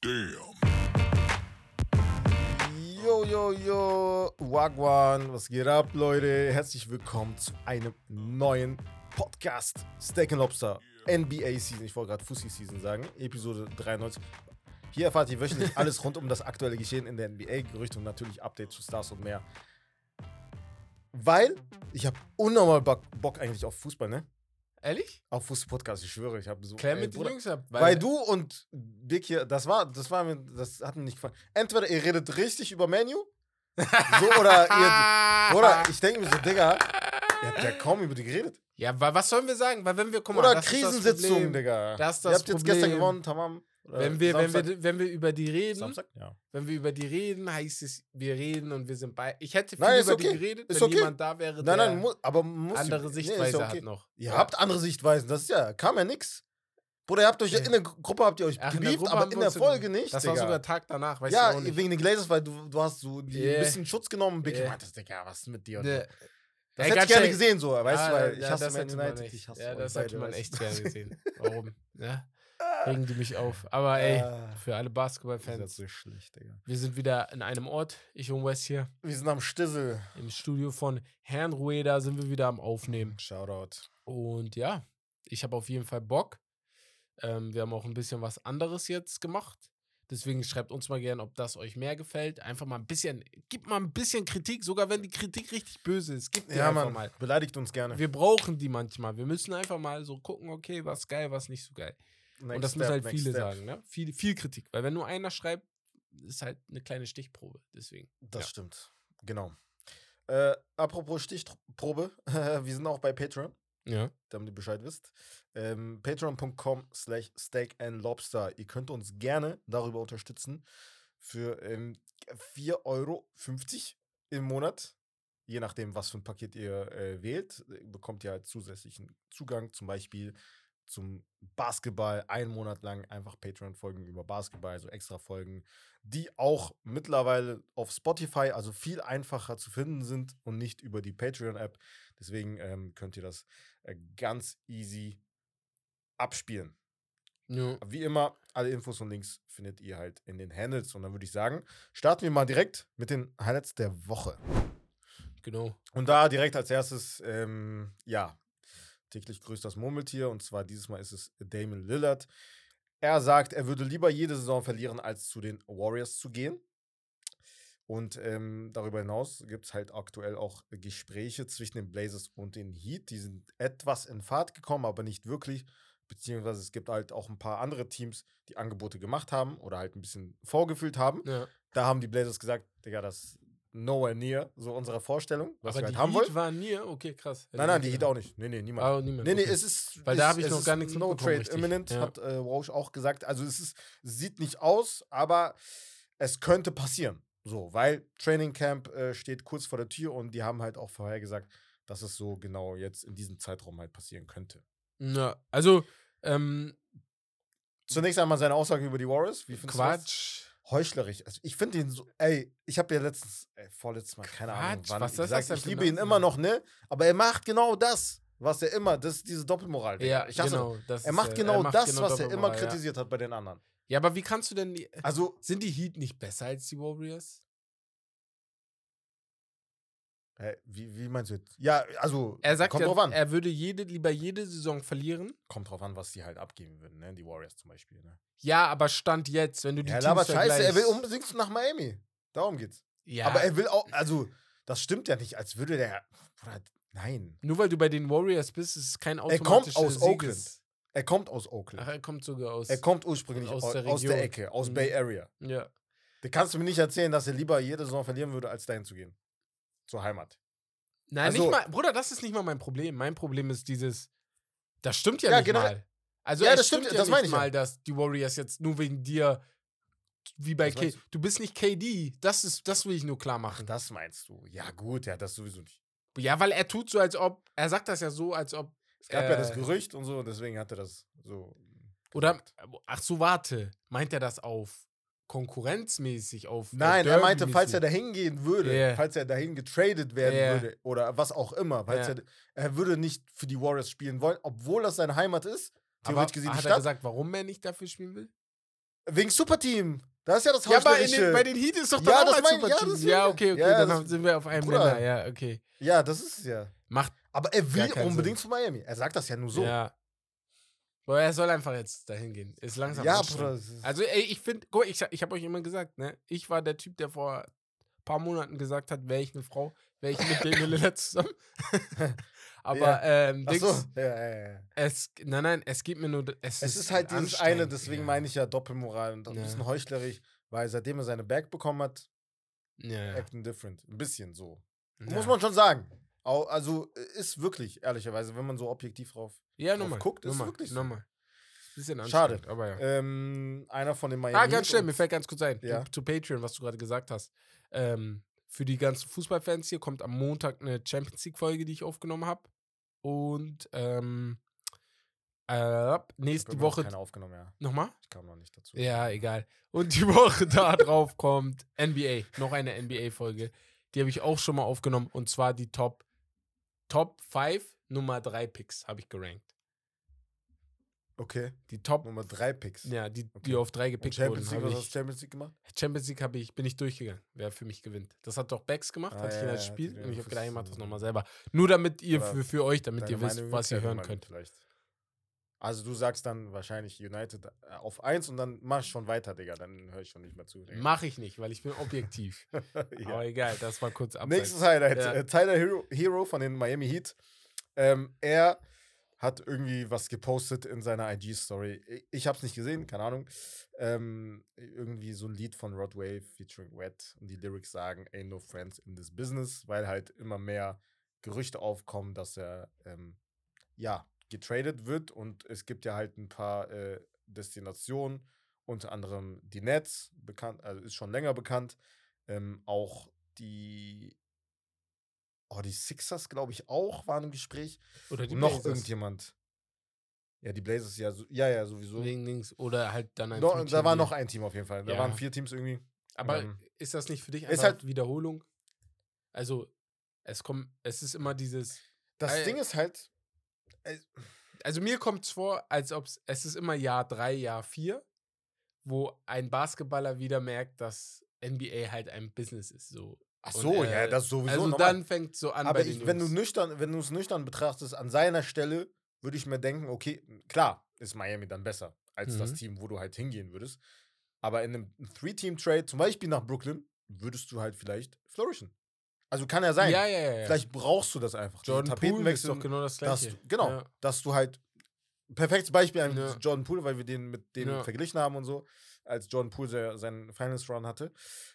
Damn. Yo, Wagwan, was geht ab, Leute? Herzlich willkommen zu einem neuen Podcast. Steak & Lobster, NBA Season, ich wollte gerade Fussi Season sagen, Episode 93. Hier erfahrt ihr wöchentlich alles rund um das aktuelle Geschehen in der NBA, Gerüchte und natürlich Updates zu Stars und mehr. Weil ich habe unnormal Bock eigentlich auf Fußball, ne? Ehrlich? Auf Fußball-Podcast, ich schwöre, ich habe so. Klär mit den Jungs ab. Weil du und Dick hier, das hat mir nicht gefallen. Entweder ihr redet richtig über Menu, so, oder ich denke mir so, Digga, ihr habt ja kaum über die geredet. Ja, was sollen wir sagen? Weil wenn wir, guck mal, Oder das ist das Krisensitzung, Problem. Digga. Das ist Ihr das habt jetzt Problem. gestern gewonnen, tamam. Wenn wir über die reden, Samstag? Ja. wenn wir über die reden, heißt es, wir reden und wir sind bei. Ich hätte viel Nein, ist über okay. die geredet, Ist wenn okay. jemand da wäre, Nein, der aber muss andere Sichtweise hat noch. Ihr habt andere Sichtweisen, das ist ja, kam ja nix. Bruder, ihr habt euch in der Gruppe habt ihr euch Ach, in der geliebt, Gruppe aber haben in wir der uns Folge nicht, Das Digga. war sogar Tag danach, weißt Ja, du auch nicht. wegen den Glazers, weil du hast so ein bisschen Schutz genommen. Big Yeah. meintest, Digga, was ist mit dir? Und Ne. so. Das Ey, hätte ich ganz gerne ehrlich, gesehen, so, weißt du, weil ich hasse das Man hätte man United, echt- ich hasse Ja, euch das beide, hätte man weißt echt du. gerne gesehen. Warum? Ja? Regen die mich auf. Aber ey, für alle Das Basketballfans, ist so schlecht, Digga. wir sind wieder in einem Ort, ich und Wes hier, Wir sind am Stissel. im Studio von Herrn Rueda sind wir wieder am Aufnehmen. Shoutout. Und ja, ich habe auf jeden Fall Bock. Wir haben auch ein bisschen was anderes jetzt gemacht. Deswegen schreibt uns mal gerne, ob das euch mehr gefällt. Einfach mal ein bisschen, gebt mal ein bisschen Kritik, sogar wenn die Kritik richtig böse ist. Gebt die Ja, einfach Mann, mal. beleidigt uns gerne. Wir brauchen die manchmal. Wir müssen einfach mal so gucken, okay, was geil, was nicht so geil. Und das müssen halt viele sagen, ne? Viel Kritik. Weil wenn nur einer schreibt, ist halt eine kleine Stichprobe. Deswegen. Das stimmt, genau. Apropos Stichprobe, wir sind auch bei Patreon, Ja. damit ihr Bescheid wisst. Patreon.com/steakandlobster. Ihr könnt uns gerne darüber unterstützen für 4,50 € im Monat. Je nachdem, was für ein Paket ihr wählt, bekommt ihr halt zusätzlichen Zugang, zum Beispiel zum Basketball, einen Monat lang einfach Patreon-Folgen über Basketball, also extra Folgen, die auch mittlerweile auf Spotify, also viel einfacher zu finden sind und nicht über die Patreon-App. Deswegen könnt ihr das ganz easy abspielen. Ja. Wie immer, alle Infos und Links findet ihr halt in den Handles. Und dann würde ich sagen, starten wir mal direkt mit den Highlights der Woche. Genau. Und da direkt als erstes, täglich grüßt das Murmeltier. Und zwar dieses Mal ist es Damian Lillard. Er sagt, er würde lieber jede Saison verlieren, als zu den Warriors zu gehen. Und darüber hinaus gibt es halt aktuell auch Gespräche zwischen den Blazers und den Heat. Die sind etwas in Fahrt gekommen, aber nicht wirklich. Beziehungsweise es gibt halt auch ein paar andere Teams, die Angebote gemacht haben oder halt ein bisschen vorgefühlt haben. Ja. Da haben die Blazers gesagt, Digga, das ist nowhere near so unserer Vorstellung, was Aber wir halt die haben wollen. Heat waren nie, okay, krass. Nein, die Heat auch nicht. Nee, niemand. Oh, niemand. Nee, okay. es ist. Weil da habe ich es noch ist gar nichts No mitbekommen, Trade richtig. Imminent, Ja. hat Woj auch gesagt. Also es sieht nicht aus, aber es könnte passieren. So, weil Training Camp steht kurz vor der Tür und die haben halt auch vorher gesagt, dass es so genau jetzt in diesem Zeitraum halt passieren könnte. Ja, also, Zunächst einmal seine Aussage über die Warriors. Wie findest du das? Quatsch. Heuchlerisch. Also ich finde ihn so, ich habe ja vorletztes Mal, keine Ahnung, Quatsch, wann was ist gesagt, das denn ich für liebe ihn Nase? immer noch, ne? Aber er macht genau das, was er immer, das ist diese Doppelmoral. Digga. Ja, Ich hasse genau. Das Er ist, macht genau das, was er immer Doppelmoral, kritisiert hat bei den anderen. Ja, aber wie kannst du denn, Also, sind die Heat nicht besser als die Warriors? wie meinst du jetzt? Ja, also, Er sagt kommt ja, drauf an. er würde lieber jede Saison verlieren. Kommt drauf an, was die halt abgeben würden, ne? Die Warriors zum Beispiel, ne? Ja, aber Stand jetzt, wenn du die Ja, Teams aber scheiße, er will vergleichst- unbedingt nach Miami. Darum geht's. Ja, Aber er will auch, also, das stimmt ja nicht, als würde der, Bruder, nein. nur weil du bei den Warriors bist, ist es kein Er automatisches kommt aus Sieges- Oakland. Er kommt aus Oakland. Ach, er kommt sogar aus. Er kommt ursprünglich aus aus der der Region. Ecke, aus Mhm. Bay Area. Ja. Da kannst du mir nicht erzählen, dass er lieber jede Saison verlieren würde, als dahin zu gehen. Zur Heimat. Nein, Also- nicht mal, Bruder, das ist nicht mal mein Problem. Mein Problem ist dieses, das stimmt ja, Ja, nicht generell- mal. Also Ja, es das stimmt, stimmt ja das meine nicht ich ja. mal, dass die Warriors jetzt nur wegen dir, wie bei Was meinst KD, du bist nicht KD, das will ich nur klar Ach, machen. das meinst du. Ja, gut, ja, das sowieso nicht. Ja, weil er tut so, als ob, er sagt das ja so, als ob, Es gab ja das Gerücht und so, deswegen hat er das so. oder, gesagt. ach so, warte, meint er das auf konkurrenzmäßig, auf Nein, er meinte, Derby-mäßig? falls er dahin gehen würde, Ja. falls er dahin getradet werden Ja. würde oder was auch immer, falls Ja. er würde nicht für die Warriors spielen wollen, obwohl das seine Heimat ist. Aber Theoretisch gesehen die hat er Stadt. gesagt, warum er nicht dafür spielen will? Wegen Superteam. Das ist ja das Ja, aber Heuchlerische. bei den Heat ist doch Ja, dann auch das ein mein- ja, Superteam. deswegen. Ja, okay, Ja, dann sind wir auf einem Bruder. Nenner. Ja, okay. Ja, das ist es ja. Macht Aber er will keinen unbedingt zu Miami. Er sagt das ja nur so. Ja. Aber er soll einfach jetzt dahin gehen. Ist langsam Ja, anstrengend. Bruder. das ist- Also, ey, ich finde, guck, ich habe euch immer gesagt, ne? Ich war der Typ, der vor ein paar Monaten gesagt hat, wäre ich eine Frau, wäre ich mit Damian Lillard zusammen. Aber, Ach Dings, so. Ja. nein, es geht mir nur, Es ist halt dieses eine, anstrengend, deswegen ja. meine ich ja Doppelmoral und ein Ja. bisschen heuchlerisch, weil seitdem er seine Bag bekommen hat, Ja. acting different. Ein bisschen so. Ja. Muss man schon sagen. Also ist wirklich, ehrlicherweise, wenn man so objektiv drauf nochmal. guckt, ist wirklich so. Nochmal. Bisschen Schade. anstrengend, aber ja. Einer von den Miami Ganz Heat schnell, und- mir fällt ganz kurz ein, Ja. zu Patreon, was du gerade gesagt hast. Für die ganzen Fußballfans hier kommt am Montag eine Champions League-Folge, die ich aufgenommen habe. Und nächste Ich hab immer noch Woche. keine aufgenommen, ja. Nochmal? Ich kam noch nicht dazu. Ja, egal. Und die Woche da drauf kommt NBA. Noch eine NBA-Folge. Die habe ich auch schon mal aufgenommen. Und zwar die Top 5 Nummer 3 Picks habe ich gerankt. Okay. Die Top, Nummer 3 Picks. ja, die Okay. auf 3 Und gepickt Champions wurden. League, habe was hast ich, du Champions League gemacht? Champions League bin ich durchgegangen, wer für mich gewinnt. Das hat doch Becks gemacht, hatte ich in das Spiel. die Und ich habe gedacht, ich mache das Füße- nochmal selber. Nur damit ihr, Oder für euch, damit Deine ihr wisst, Meinung was ihr erklär hören mal könnt. Vielleicht. Also du sagst dann wahrscheinlich United auf 1 und dann mach ich schon weiter, Digga. Dann höre ich schon nicht mehr zu. Digga. Mache ich nicht, weil ich bin objektiv. Ja. Aber egal, das war kurz abseits. Nächstes Highlight. Ja. Tyler Hero von den Miami Heat. Er hat irgendwie was gepostet in seiner IG-Story. Ich habe es nicht gesehen, keine Ahnung. Irgendwie so ein Lied von Rod Wave featuring Wet. Und die Lyrics sagen, ain't no friends in this business, weil halt immer mehr Gerüchte aufkommen, dass er getradet wird. Und es gibt ja halt ein paar Destinationen, unter anderem die Nets, bekannt, also ist schon länger bekannt. Auch die Sixers, glaube ich, auch waren im Gespräch. Oder die Und noch Blazers. irgendjemand. Ja, die Blazers, ja, sowieso. Wegen links. Oder halt dann ein Da Three-Team war Deal. noch ein Team auf jeden Fall. Da Ja. waren 4 Teams irgendwie. Aber Ähm, ist das nicht für dich ist einfach halt- Wiederholung? Also, es ist immer dieses. Das Ey. Ding ist halt, Also mir kommt es vor, als ob es ist immer Jahr 3, Jahr 4, wo ein Basketballer wieder merkt, dass NBA halt ein Business ist. So. ach Und, so, ja, das ist sowieso Also normal. dann fängt so an Aber bei den wenn Jungs. du es nüchtern betrachtest, an seiner Stelle würde ich mir denken, okay, klar, ist Miami dann besser als das Mhm. Team, wo du halt hingehen würdest. Aber in einem 3-Team-Trade, zum Beispiel nach Brooklyn, würdest du halt vielleicht flourishen. Also kann ja sein. Ja. Vielleicht brauchst du das einfach. Diese Jordan Poole ist Tapetenwechsel, doch genau das dass, Gleiche. genau, Ja. dass du halt perfektes Beispiel an Ja. Jordan Poole, weil wir den mit dem Ja. verglichen haben und so, als Jordan Poole seinen Finals Run hatte.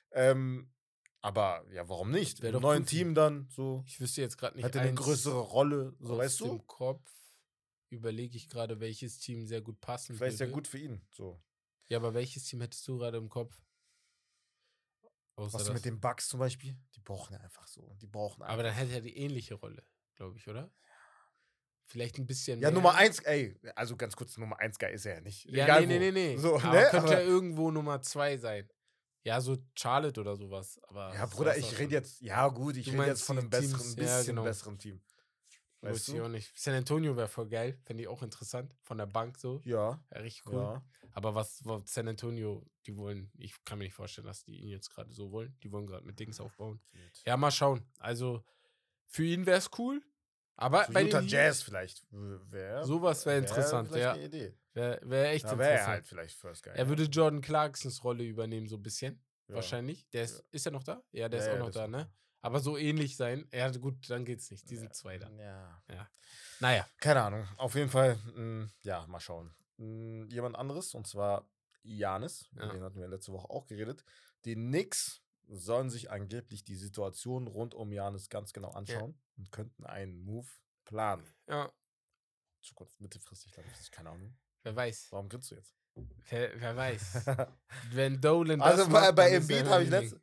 Aber ja, warum nicht? Wär Im doch neuen cool für Team dann so. Ich wüsste jetzt gerade nicht Hätte eine eins größere Rolle, so aus weißt du? dem Kopf. Überlege ich gerade, welches Team sehr gut passen Vielleicht ist ja würde. gut für ihn. So. Ja, aber welches Team hättest du gerade im Kopf? Außer Was das. mit den Bucks zum Beispiel? Die brauchen ja einfach so. Die brauchen einfach. Aber dann hätte er die ähnliche Rolle, glaube ich, oder? Vielleicht ein bisschen Ja, mehr. Nummer 1, also ganz kurz, Nummer 1 Guy ist er ja nicht. Ja, Egal nee. wo. So, aber ne? könnte ja Aber, irgendwo Nummer 2 sein. Ja, so Charlotte oder sowas. Aber ja, das Bruder, war's ich auch rede schon. jetzt, ja gut, ich Du rede jetzt meinst von die einem besseren, Teams, bisschen ja, genau. besseren Team. Weißt Wusste ich du? auch nicht. San Antonio wäre voll geil. Fände ich auch interessant. Von der Bank so. Ja, Ja, richtig cool. ja. Aber was San Antonio, die wollen, ich kann mir nicht vorstellen, dass die ihn jetzt gerade so wollen. Die wollen gerade mit Dings aufbauen. Ja, mal schauen. Also, für ihn wäre es cool. Aber So bei Utah den Jazz vielleicht. Wäre sowas wäre interessant, vielleicht ja. eine Idee. Wäre echt Da wäre er interessant. halt vielleicht First Guy. Er würde Jordan Clarksons Rolle übernehmen, so ein bisschen. Ja. Wahrscheinlich. Der ist, Ja. ist er noch da? Ja, der Ja, ist auch ja, noch der da, ist ne? Aber so ähnlich sein. Ja, gut, dann geht's nicht. Die sind 2 dann. Ja. Naja. Keine Ahnung. Auf jeden Fall, ja, mal schauen. Jemand anderes, und zwar Giannis. Über Ja. den hatten wir letzte Woche auch geredet. Die Knicks sollen sich angeblich die Situation rund um Giannis ganz genau anschauen und könnten einen Move planen. Ja, Zukunft, mittelfristig, langfristig, keine Ahnung. wer weiß. Warum grinst du jetzt? Wer weiß. Wenn Dolan das Also macht, bei dann ist Embiid er habe ich Winning.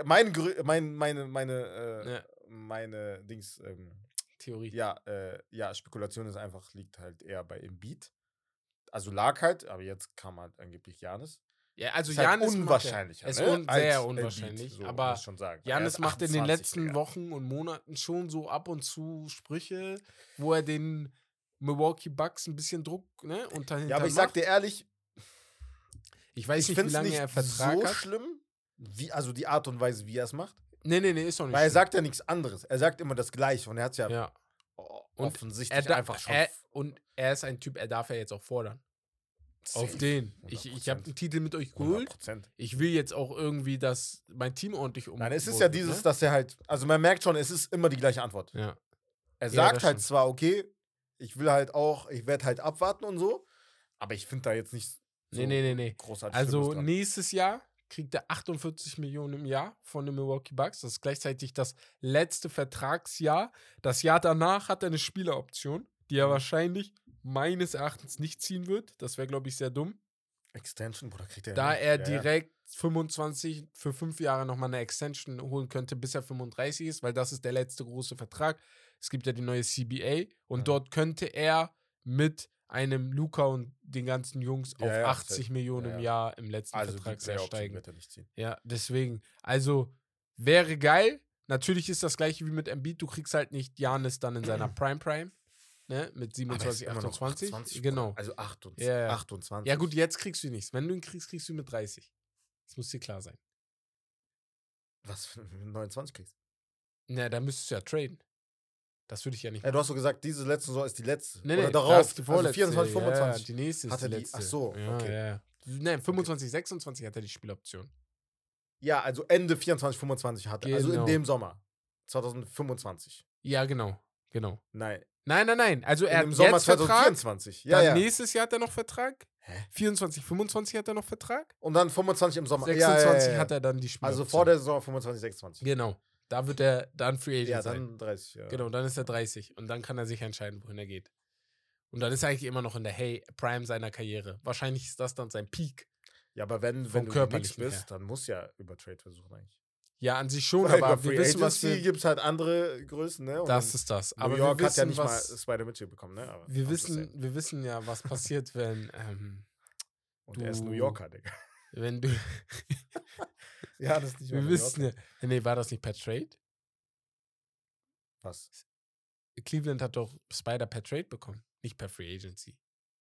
meine Dings, Theorie. Spekulation ist einfach, liegt halt eher bei Embiid. Also lag halt, aber jetzt kam halt angeblich Giannis. Ja, also Ist halt Giannis unwahrscheinlicher, Ist ne? Als sehr Embiid, unwahrscheinlich. so, aber muss ich schon sagen. Giannis Er ist macht in den 28, letzten Digga. Wochen und Monaten schon so ab und zu Sprüche, wo er den Milwaukee Bucks ein bisschen Druck, ne? Und dahinter Ja, aber ich sag macht. dir ehrlich, Ich weiß Ich nicht, wie finde es lange nicht er Vertrag so hat. schlimm, also die Art und Weise, wie er es macht. Nee, ist doch nicht Weil er schlimm. sagt ja nichts anderes. Er sagt immer das Gleiche und er hat es ja, Ja. Und offensichtlich er, einfach schon er ist ein Typ, er darf ja jetzt auch fordern. Auf safe. den. Ich habe einen Titel mit euch geholt. 100%. Ich will jetzt auch irgendwie, dass mein Team ordentlich Nein, es ist ja dieses, ne? dass er halt, also man merkt schon, es ist immer die gleiche Antwort. Ja. Er Ja, sagt das halt stimmt. zwar, okay, ich werde halt abwarten und so, aber ich finde da jetzt nicht so Nee. großartig Also Schlimmes dran. nächstes Jahr kriegt er 48 Millionen im Jahr von den Milwaukee Bucks. Das ist gleichzeitig das letzte Vertragsjahr. Das Jahr danach hat er eine Spieleroption, die er wahrscheinlich meines Erachtens nicht ziehen wird. Das wäre, glaube ich, sehr dumm. Extension, Bruder, kriegt er Da hin. er Ja. direkt 25 für 5 Jahre nochmal eine Extension holen könnte, bis er 35 ist, weil das ist der letzte große Vertrag. Es gibt ja die neue CBA und dort könnte er mit einem Luka und den ganzen Jungs auf 80 safe. Millionen im Jahr im letzten Also die Vertragsjahr Player-Option steigen. wird er nicht ziehen. Ja, deswegen. Also, wäre geil. Natürlich ist das gleiche wie mit Embiid. Du kriegst halt nicht Janis dann in seiner Prime, ne? Mit Aber er ist 27, immer noch 28. 28, Genau. Also 28. Ja. 28. Ja, gut, jetzt kriegst du nichts. Wenn du ihn kriegst, kriegst du ihn mit 30. Das muss dir klar sein. Was für 29 kriegst Na, da müsstest du ja traden. Das würde ich ja nicht du hast so gesagt, diese letzte Saison ist die letzte. Nee, Oder das darauf. ist die vorletzte. 24, 25. Ja, die nächste ist Hat er die die- letzte. ach so, ja, okay. Ja. Ne, 25, 26 hat er die Spieloption. Ja, also Ende 24, 25 hat er. Also in Genau. dem Sommer. 2025. Ja, genau. Nein. Nein. Also er Im hat Sommer jetzt Vertrag. 2024. Ja, Dann ja. nächstes Jahr hat er noch Vertrag. Hä? 24, 25 hat er noch Vertrag. Und dann 25 im Sommer. 26 ja. hat er dann die Spieloption. Also vor der Saison 25, 26. Genau. Da wird er dann Free Agent Ja, sein. dann 30. Ja. Genau, dann ist er 30. Und dann kann er sich entscheiden, wohin er geht. Und dann ist er eigentlich immer noch in der Prime seiner Karriere. Wahrscheinlich ist das dann sein Peak. Ja, aber wenn Vom du Körperlichen nichts bist, her. dann muss ja über Trade versuchen eigentlich. Ja, an sich schon, Weil aber über wir Free wissen, was Agency wir. gibt es halt andere Größen, ne? Und Das ist das. New Aber York wir hat ja wissen, nicht was. mal Spider Mitchell bekommen, ne? Aber Wir I'm just saying. wissen ja, was passiert, wenn, Und er ist New du- Yorker, Digga. wenn du. Ja, das ist nicht mal Wir New wissen Yorker. ja. Nee, war das nicht per Trade? Was? Cleveland hat doch Spider per Trade bekommen, nicht per Free Agency.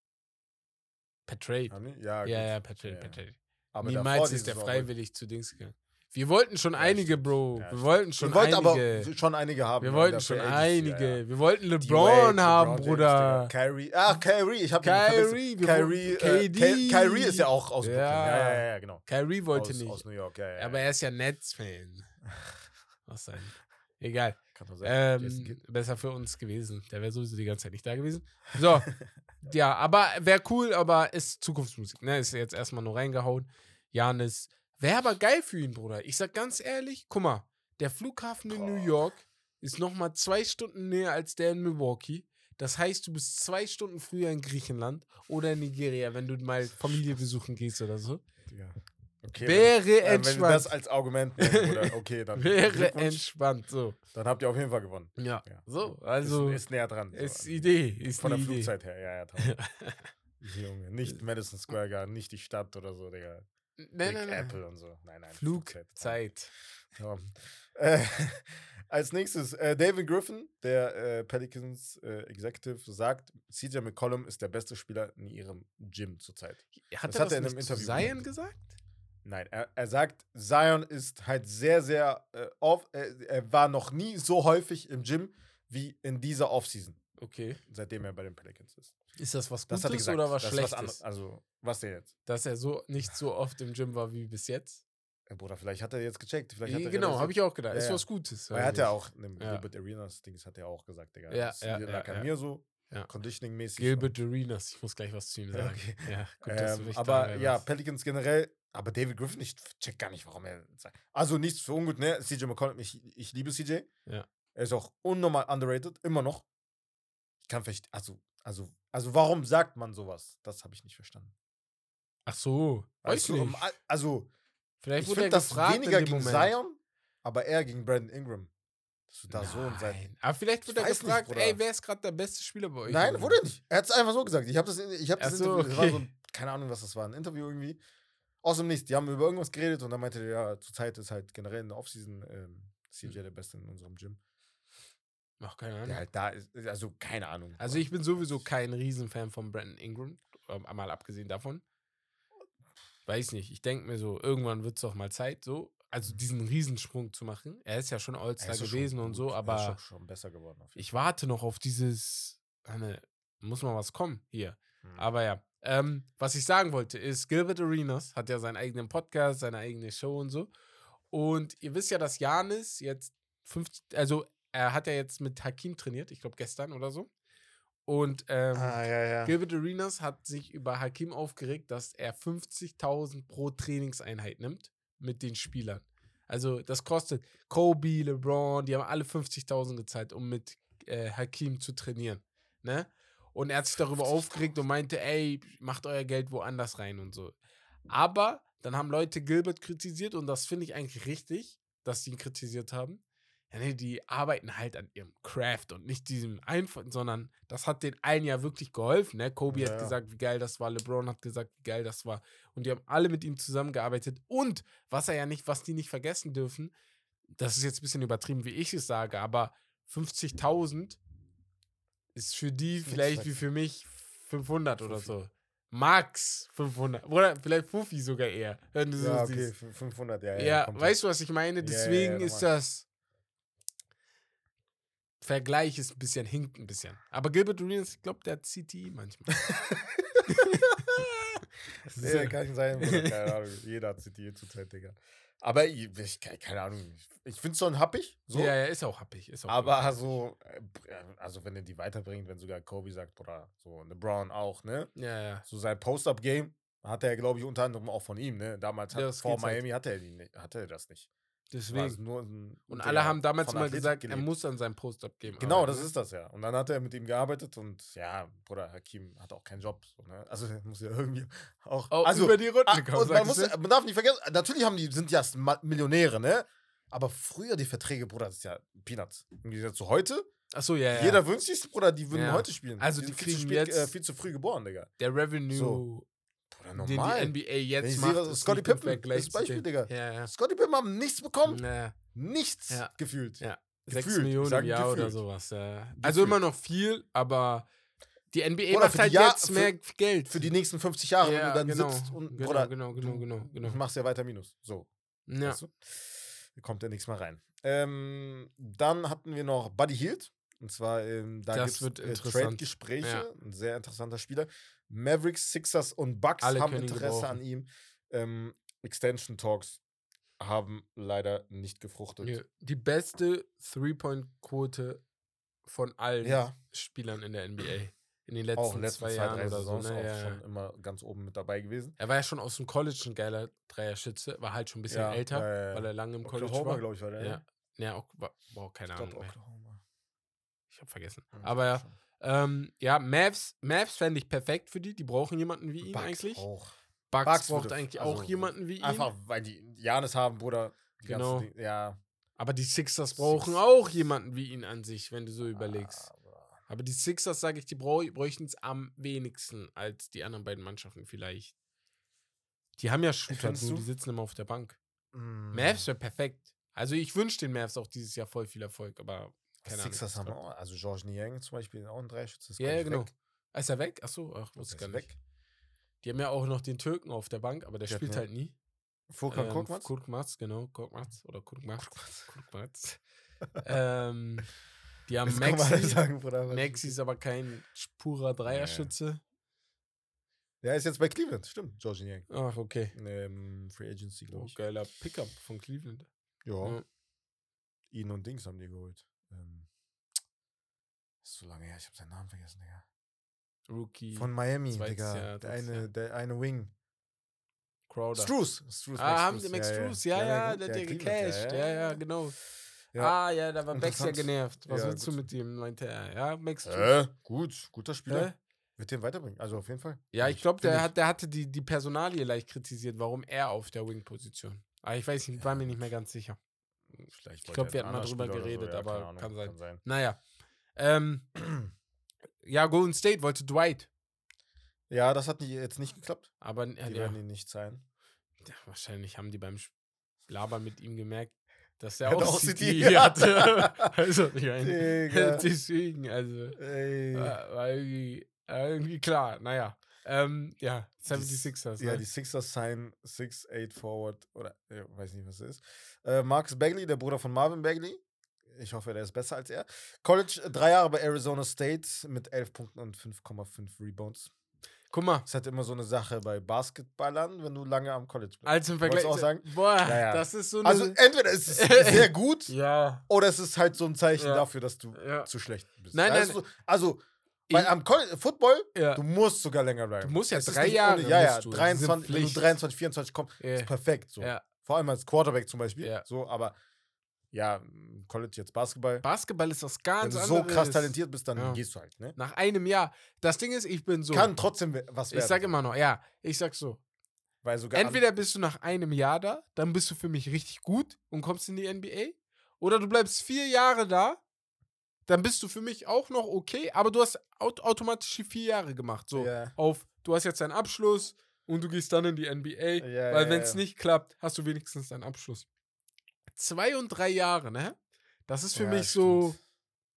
Per Trade. Haben die? Ja, Ja, gut. ja, per Trade, Ja. per Trade. Aber davor Niemals die ist der Saison freiwillig zu Dings gegangen. Wir wollten schon Ja, einige, stimmt. Bro. Ja, wir stimmt. wollten schon Wir wollten einige. aber schon einige haben. Wir ja, in wollten der schon Free Agency, einige. ja. Wir wollten D-Wade, LeBron haben, James, Bruder. Digga. Kyrie, ich hab ihn Kyrie, verwechselt. wir Kyrie, wollten KD. Kyrie ist ja auch aus Brooklyn. Ja. Ja, genau. Kyrie wollte aus, nicht. Aus New York, ja. Aber er ist ja Nets-Fan. Was sein? Egal. Kann doch sein. Jason Kidd. Besser für uns gewesen. Der wäre sowieso die ganze Zeit nicht da gewesen. So. Ja, aber wäre cool, aber ist Zukunftsmusik. Ne? Ist jetzt erstmal nur reingehauen. Janis. Wäre aber geil für ihn, Bruder. Ich sag ganz ehrlich, guck mal, der Flughafen in New York ist nochmal 2 Stunden näher als der in Milwaukee. Das heißt, du bist 2 Stunden früher in Griechenland oder in Nigeria, wenn du mal Familie besuchen gehst oder so. Ja. Okay, Wäre wenn du entspannt. das als Argument nimmst, oder okay, dann Wäre Glückwunsch. entspannt, so. Dann habt ihr auf jeden Fall gewonnen. Ja. Ja. So, also Ist näher dran. ist so. Idee. Ist Von der eine Idee. Flugzeit her, ja, toll. Junge, nicht Madison Square Garden, nicht die Stadt oder so, Digga. Big Apple und so. Nein. Flugzeit. Ja. Als nächstes, David Griffin, der Pelicans Executive, sagt, CJ McCollum ist der beste Spieler in ihrem Gym zurzeit. Hat Das er hat das er in einem nicht zu Interview Zion gesagt. gesagt? Nein, er sagt, Zion ist halt sehr, sehr er war noch nie so häufig im Gym wie in dieser Offseason, Okay. seitdem er bei den Pelicans ist. Ist das was Das hat er Gutes gesagt. oder was Das ist Schlechtes? anderes. Also, was denn jetzt? Dass er so nicht so oft im Gym war wie bis jetzt? Bruder, vielleicht hat er jetzt gecheckt. Vielleicht hat er Genau, habe realisiert. ich auch gedacht. Ja, Ist ja. was Gutes. Weil er hat ja auch in dem Ja. Gilbert Arenas Dings hat er auch gesagt, Digga. Ja, das ja, lag ja, an ja. mir so, Ja. Conditioning-mäßig. Gilbert Arenas. Ich muss gleich was zu ihm sagen. Okay. Ja, gut, dass du mich aber da ja, warst. Pelicans generell, aber David Griffin, ich check gar nicht, warum er sagt. Also nichts für ungut, ne? CJ McCollum, ich liebe CJ. Ja. Er ist auch unnormal underrated, immer noch. Ich kann vielleicht, also warum sagt man sowas? Das habe ich nicht verstanden. Ach so. Weiß Weißt du, nicht. also, Vielleicht ich wurde er finde das gefragt weniger in dem gegen Moment. Zion, aber eher gegen Brandon Ingram. Dass du da so und seit. Nein. Aber vielleicht wurde Ich er weiß nicht, gefragt, Bruder. ey, wer ist gerade der beste Spieler bei euch? Nein, oder wurde so? nicht. Er hat es einfach so gesagt. Ich habe das Ach Interview, so, das war okay. so ein, keine Ahnung, was das war, ein Interview irgendwie. Aus dem Nichts. Die haben über irgendwas geredet und dann meinte er, ja, zurzeit ist halt generell in der Offseason CJ der Beste in unserem Gym. Ach, keine Ahnung. Der halt da ist, also keine Ahnung. Also ich bin sowieso kein Riesenfan von Brandon Ingram, mal abgesehen davon. weiß nicht, ich denke mir so, irgendwann wird es doch mal Zeit, so, also diesen Riesensprung zu machen. Er ist ja schon Er All-Star ist doch gewesen schon und gut. so, Er ist aber schon besser geworden. Auf jeden ich Fall. warte noch auf dieses, muss mal was kommen hier. Mhm. Aber ja, was ich sagen wollte ist, Gilbert Arenas hat ja seinen eigenen Podcast, seine eigene Show und so. Und ihr wisst ja, dass Giannis jetzt also er hat ja jetzt mit Hakim trainiert, ich glaube gestern oder so. Und ja. Gilbert Arenas hat sich über Hakim aufgeregt, dass er 50.000 pro Trainingseinheit nimmt mit den Spielern. Also das kostet Kobe, LeBron, die haben alle 50.000 gezahlt, um mit Hakim zu trainieren. Ne? Und er hat sich darüber aufgeregt und meinte, ey, macht euer Geld woanders rein und so. Aber dann haben Leute Gilbert kritisiert und das finde ich eigentlich richtig, dass sie ihn kritisiert haben. Ja, nee, die arbeiten halt an ihrem Craft und nicht diesem einfach, sondern das hat den allen ja wirklich geholfen. Ne? Kobe Ja, hat ja. gesagt, wie geil das war, LeBron hat gesagt, wie geil das war. Und die haben alle mit ihm zusammengearbeitet. Und was die nicht vergessen dürfen, das ist jetzt ein bisschen übertrieben, wie ich es sage, aber 50.000 ist für die Ist nix vielleicht weg. wie für mich 500 oder Fuffi. so. Max 500. Oder vielleicht Fuffi sogar eher. Wenn du so Ja, okay, siehst. 500, ja. Ja, kommt weißt du, was ich meine? Ja, Deswegen ja, ist normal. das Vergleich ist ein bisschen, hinkt ein bisschen. Aber Gilbert Arenas, ich glaube, der hat CTE manchmal. Nee, kann sein, Bruder, keine Ahnung. Jeder hat CTE zurzeit, Digga. Aber keine Ahnung. Ich finde es schon happig, so. Ja, ist auch happig. Ist auch Aber happig. so, also wenn er die weiterbringt, wenn sogar Kobe sagt, Bruder, so LeBron auch, ne? Ja. So sein Post-Up-Game hat er, glaube ich, unter anderem auch von ihm, ne? Damals Ja, das vor geht's halt. Miami hatte er das nicht. War es Deswegen. nur Und alle haben damals von immer Athletik gesagt, er gelebt. muss an seinem Post-Up geben. Genau, arbeiten, das ne? ist das ja. Und dann hat er mit ihm gearbeitet und ja, Bruder, Hakim hat auch keinen Job. So, ne? Also er muss ja irgendwie auch. Auch Also, über die Runden und gekommen, man darf nicht vergessen, natürlich sind ja Millionäre, ne? Aber früher die Verträge, Bruder, das ist ja Peanuts. Im Gegensatz zu heute, Achso, ja. jeder wünscht sich, Bruder, die würden Ja. heute spielen. Also die die sind viel zu kriegen spät, jetzt- viel zu früh geboren, Digga. Der Revenue, So. Bruder, den die normal. NBA Wenn jetzt ich macht, sehe, ist Scottie nicht im Pippen, Vergleich das Beispiel, zu Digga. dem. Ja. Scottie Pippen haben nichts bekommen. Ja. Nichts Ja. gefühlt. Ja. Gefühlt. 6 Ich Millionen sag im Jahr oder gefühlt. sowas. Ja. Gefühlt. Also immer noch viel, aber die NBA Bruder, macht für halt die Jahr- jetzt mehr Geld. Für die nächsten 50 Jahre, wenn Ja, du dann genau. sitzt und Genau, Bruder, genau. du machst ja weiter Minus. So. Ja. Weißt du? Da kommt ja nichts mehr rein. Dann hatten wir noch Buddy Hield. Und zwar, da Das gibt wird es interessant. Trade-Gespräche. Ja. Ein sehr interessanter Spieler. Mavericks, Sixers und Bucks Alle haben können ihn Interesse gebrauchen. an ihm. Extension Talks haben leider nicht gefruchtet. Ja. Die beste Three-Point-Quote von allen Ja. Spielern in der NBA. In den Auch letzten letzten 2 2, Jahren 3 oder so. Saisons Ne? auch Ja. schon immer ganz oben mit dabei gewesen. Er war ja schon aus dem College ein geiler Dreierschütze. War halt schon ein bisschen Ja, älter, ja. weil er lange im College Oklahoma, war. glaube ich, war der. Ja. Ja, auch, wow, keine Ich Ahnung glaube mehr. Oklahoma. Ich habe vergessen. Ja, Aber ja. schon. Ja, Mavs fände ich perfekt für die. Die brauchen jemanden wie ihn Bucks eigentlich. auch. Bucks Bucks braucht würde- eigentlich also auch jemanden wie ihn. Einfach, weil die Janis haben, Bruder. Die Genau. ganzen ja. Aber die Sixers brauchen Sixers. auch jemanden wie ihn an sich, wenn du so überlegst. Aber Aber die Sixers, sage ich, die bräuchten es am wenigsten als die anderen beiden Mannschaften vielleicht. Die haben ja Shooter, Findest nur du? die sitzen immer auf der Bank. mm, Mavs wäre perfekt. Also ich wünsche den Mavs auch dieses Jahr voll viel Erfolg, aber keine Ahnung. Sixers was haben kommt. auch, also Georges Niang zum Beispiel, auch ein Dreischütze. ist, Ja, glaub ja, ich, genau. weg. Ist er weg? Achso, ach, wusste Der gar ist nicht. weg. Die haben ja auch noch den Türken auf der Bank, aber der Die spielt hatten ja- halt nie. Furkan Korkmaz? Korkmaz, genau. Korkmaz oder Korkmaz. Korkmaz. Die haben Jetzt kann man Maxi. sagen, Bruder. was- Maxi ist aber kein purer Dreierschütze. Der ist jetzt bei Cleveland, stimmt, Georges Niang. Ach, okay. Free Agency, glaube Oh, ich. geiler Pickup von Cleveland. Ja. Ja. Ihn und Dings haben die geholt. Ist so lange her, ich habe seinen Namen vergessen, Digga. Rookie. Von Miami, zweites Digga. Jahr, Der drittes Jahr. der eine Wing. Crowder. Struce. Haben sie Max Struce? Ja, der hat ja Cleveland, gecasht. Ja, genau. Ja. Ja, da war Bex ja Interessant. genervt. Was Ja, willst du gut. mit ihm? Meinte er. Ja, Max Struce. Guter Spieler. Hä? Wird den weiterbringen, also auf jeden Fall. Ja, ich glaube, Find der hatte die Personalie leicht kritisiert, warum er auf der Wing-Position. Aber ich weiß nicht, war mir nicht mehr ganz sicher. Vielleicht Ich glaube, wir hatten mal drüber geredet, aber kann sein. Naja. Ja, Golden State wollte Dwight. Ja, das hat jetzt nicht geklappt. Aber Die ja, werden ihn nicht sein. wahrscheinlich haben die beim Labern mit ihm gemerkt, dass Er er hat auch auch CTE CTE hatte. Also, ich meine, Digga. deswegen, also, Ey. war irgendwie klar. Naja. Ja, 76ers. Ja, Ne? die Sixers sign 6'8 Forward oder weiß nicht, was es ist. Marcus Bagley, der Bruder von Marvin Bagley. Ich hoffe, der ist besser als er. College, 3 Jahre bei Arizona State mit 11 Punkten und 5,5 Rebounds. Guck mal, Ist halt immer so eine Sache bei Basketballern, wenn du lange am College bleibst. als im Vergleich. Wolltest du auch sagen? Boah, Ja, ja. das ist so eine. Also entweder ist es sehr gut ja. oder es ist halt so ein Zeichen Ja. dafür, dass du Ja. zu schlecht bist. Nein, Weißt nein. du? Also, weil am Football, Ja. du musst sogar länger bleiben. Du musst ja Es ist 3 nicht Jahre. Ja, ja, musst du. 23, wenn du Pflicht. 23, 24 kommst, Ja. ist perfekt. So. Ja. Vor allem als Quarterback zum Beispiel. Ja. So, aber ja, im College jetzt Basketball. Basketball ist das Wenn ganz du anderes. so krass talentiert bist, dann Ja. gehst du halt, ne? Nach einem Jahr. Das Ding ist, ich bin so. Kann trotzdem was werden. ich sag immer noch, ja, ich sag so. Weil sogar Entweder bist du nach einem Jahr da, dann bist du für mich richtig gut und kommst in die NBA. Oder du bleibst 4 Jahre da, dann bist du für mich auch noch okay, aber du hast automatisch die 4 Jahre gemacht. So, Ja. du hast jetzt deinen Abschluss und du gehst dann in die NBA, Ja, weil ja, wenn es ja. nicht klappt, hast du wenigstens deinen Abschluss. 2 und 3 Jahre, ne? Das ist für Ja, mich so. stimmt.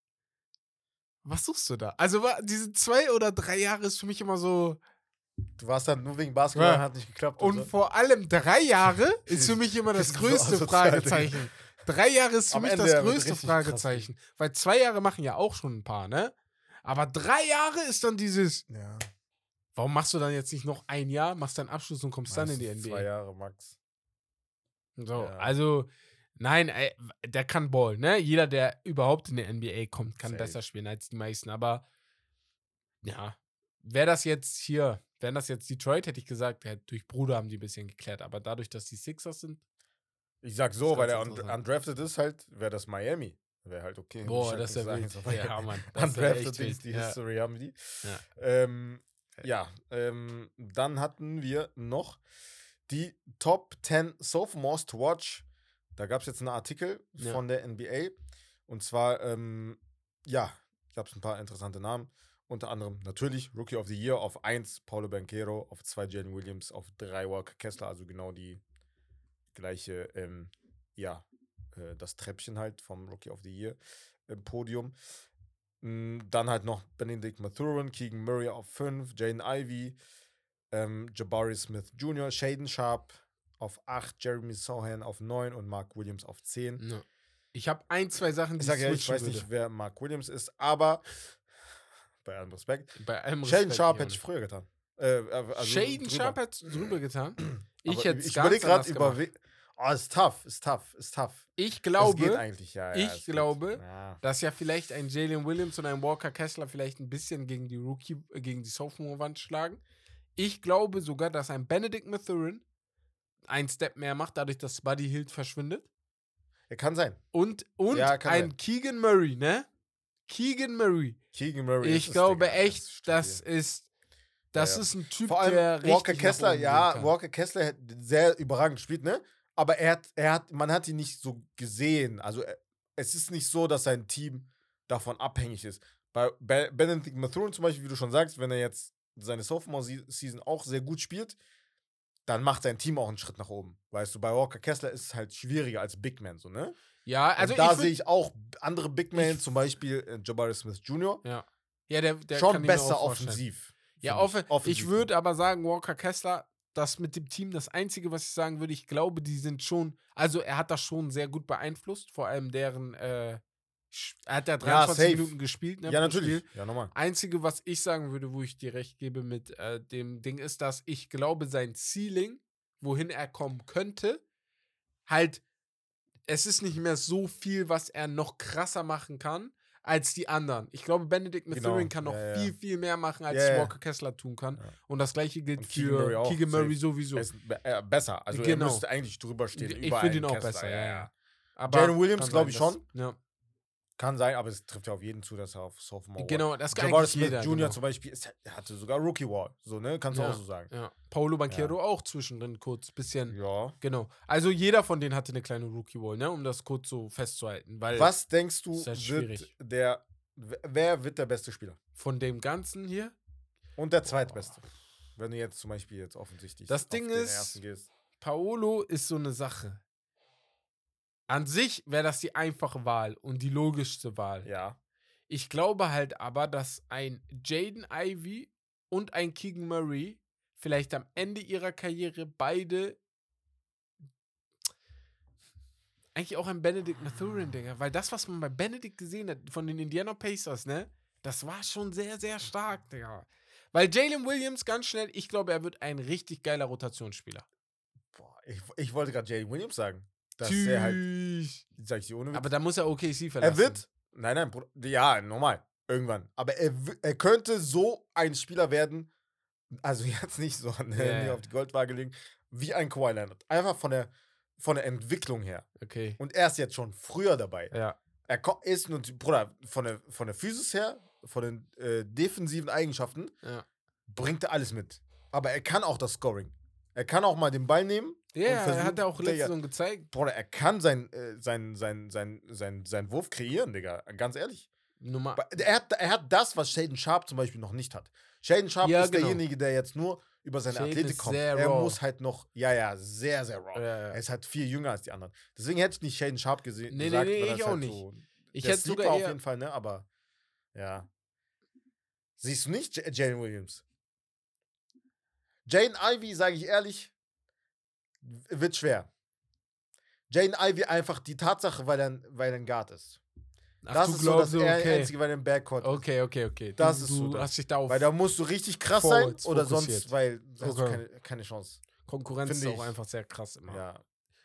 Was suchst du da? Also diese 2 oder 3 Jahre ist für mich immer so. Du warst dann nur wegen Basketball, Ja. hat nicht geklappt. Und so. vor allem 3 Jahre ist für mich immer das Bist du so größte asozial, Fragezeichen. 3 Jahre ist für Am mich Ende das wird größte richtig krass Fragezeichen. Weil 2 Jahre machen ja auch schon ein paar, ne? Aber 3 Jahre ist dann dieses. Ja. Warum machst du dann jetzt nicht noch ein Jahr, machst deinen Abschluss und kommst dann in die Meistens NBA? 2 Jahre max. So, Ja. also, nein, der kann Ball, ne? Jeder, der überhaupt in die NBA kommt, kann Safe. besser spielen als die meisten. Aber ja, wären das jetzt Detroit, hätte ich gesagt, durch Bruder haben die ein bisschen geklärt. Aber dadurch, dass die Sixers sind, Ich sag Das so, ist weil ganz der interessant. undrafted ist halt, wäre das Miami. Wäre halt okay. boah, würde das ich ist ja halt wild. nicht sagen, so, Ja, weil Mann, das ist ja Undrafted echt Dings, wild. die Ja. History haben die. Ja. Dann hatten wir noch die Top 10 Sophomores to watch. Da gab es jetzt einen Artikel Ja. von der NBA. Und zwar, gab es ein paar interessante Namen. Unter anderem natürlich Rookie of the Year auf 1 Paulo Banchero, auf 2 Jalen Williams, auf 3 Walker Kessler, also genau die gleiche, das Treppchen halt vom Rookie of the Year im Podium. Dann halt noch Benedict Mathurin, Keegan Murray auf 5, Jaden Ivey, Jabari Smith Jr., Shaden Sharp auf 8, Jeremy Sohan auf 9 und Mark Williams auf 10. Ja. Ich habe 1, 2 Sachen, die Ich sage ja, ich switchen weiß würde. nicht, wer Mark Williams ist, aber bei allem Respekt. Bei allem Shaden Respekt, Sharp ja, hätte ich nicht. früher getan. Shaden drüber. Sharp hat drüber getan. Ich Aber hätte ich es überlege ganz gerade anders über. gemacht. Ist tough. Ich Das geht glaube, eigentlich, ja. ich es geht. glaube, Ja. dass ja vielleicht ein Jalen Williams und ein Walker Kessler vielleicht ein bisschen gegen die Sophomore-Wand schlagen. Ich glaube sogar, dass ein Benedict Mathurin einen Step mehr macht, dadurch, dass Buddy Hield verschwindet. Ja, kann sein. Und Ja, kann ein sein. Keegan Murray, ne? Keegan Murray. Keegan Murray. Ich ist es, glaube Digga. echt, stabil. das Ja. ist ein Typ, Vor allem der richtig Walker Kessler, nach oben ja, gehen kann. Walker Kessler hat sehr überragend gespielt, ne? Aber man hat ihn nicht so gesehen. Also es ist nicht so, dass sein Team davon abhängig ist. Bei Benedict Mathurin zum Beispiel, wie du schon sagst, wenn er jetzt seine Sophomore-Season auch sehr gut spielt, dann macht sein Team auch einen Schritt nach oben. Weißt du, bei Walker Kessler ist es halt schwieriger als Big Man, so, ne? Ja, also und da ich sehe ich auch andere Big Men, ich- zum Beispiel Jabari Smith Jr., ja, der schon kann ich mir besser auch vorstellen. offensiv. Ja, find ich würde aber sagen, Walker Kessler, das mit dem Team, das Einzige, was ich sagen würde, ich glaube, die sind schon, also er hat das schon sehr gut beeinflusst, vor allem deren, er hat ja 23 safe. Minuten gespielt, ne, Ja, pro natürlich. Spiel. Ja, nochmal. Einzige, was ich sagen würde, wo ich dir recht gebe mit dem Ding, ist, dass ich glaube, sein Ceiling, wohin er kommen könnte, halt, es ist nicht mehr so viel, was er noch krasser machen kann als die anderen. Ich glaube, Benedict Mathurin kann noch Ja, ja. viel, viel mehr machen, als Ja, ja. Walker Kessler tun kann. Ja. Und das gleiche gilt Und Keegan für Murray auch, Keegan Murray safe. sowieso. Er ist besser. Also Genau. er müsste eigentlich drüber stehen. Ich über finde ihn einen auch Kessler, besser, ja. Jalen Williams kann glaube ich sein, schon. Ja. Kann sein, aber es trifft ja auf jeden zu, dass er auf Sophomore Genau, das kann Jabari eigentlich Smith jeder. Jr. Genau. zum Beispiel hatte sogar Rookie Wall. So, ne? Kannst du Ja. auch so sagen. Ja. Paulo Banchero auch zwischendrin kurz, bisschen. Ja. Genau. Also jeder von denen hatte eine kleine Rookie-Wall, ne? Um das kurz so festzuhalten. Weil Was denkst du, ist halt schwierig. wer wird der beste Spieler? von dem Ganzen hier, Und der zweitbeste? Wenn du jetzt zum Beispiel jetzt offensichtlich Das auf Ding den ist- ersten gehst. Paolo ist so eine Sache. An sich wäre das die einfache Wahl und die logischste Wahl. Ja. Ich glaube halt aber, dass ein Jaden Ivey und ein Keegan Murray vielleicht am Ende ihrer Karriere beide eigentlich auch ein Benedict Mathurin, Digga. Weil das, was man bei Benedict gesehen hat von den Indiana Pacers, ne, das war schon sehr, sehr stark, Digga. Weil Jalen Williams, ganz schnell, ich glaube, er wird ein richtig geiler Rotationsspieler. Boah, ich wollte gerade Jalen Williams sagen. Dass er halt, Tschüss. sag ich dir ohne Witz. Aber da muss er OKC verlassen. Er wird, nein, Bruder, ja, normal, irgendwann. Aber er könnte so ein Spieler werden, also jetzt nicht so nicht auf die Goldwaage legen, wie ein Kawhi Leonard. Einfach von der Entwicklung her. Okay. Und er ist jetzt schon früher dabei. Ja. Er ist nur, Bruder, von der Physis her, von den defensiven Eigenschaften, bringt er alles mit. Aber er kann auch das Scoring. Er kann auch mal den Ball nehmen. Ja, er hat ja auch letzte Saison gezeigt. Bruder, er kann seinen Wurf kreieren, Digga. Ganz ehrlich. Er hat das, was Shaedon Sharpe zum Beispiel noch nicht hat. Shaedon Sharpe ist derjenige, der jetzt nur über seine Athletik kommt. Er muss halt noch, sehr, sehr raw. Er ist halt viel jünger als die anderen. Deswegen hätte ich nicht Shaedon Sharpe gesagt. Nee, ich auch halt nicht. So, ich hätte sogar auf jeden Fall, ne? Aber, ja. Siehst du nicht Jalen Williams? Jaden Ivey, sage ich ehrlich, wird schwer. Jaden Ivey einfach die Tatsache, weil er ein Guard ist. Ach, das ist so das Einzige, weil er im Backcourt ist. Okay. Das ist so du hast dich da auf weil da musst du richtig krass sein oder sonst, weil hast du keine Chance. Konkurrenz ist auch einfach sehr krass immer. Ja.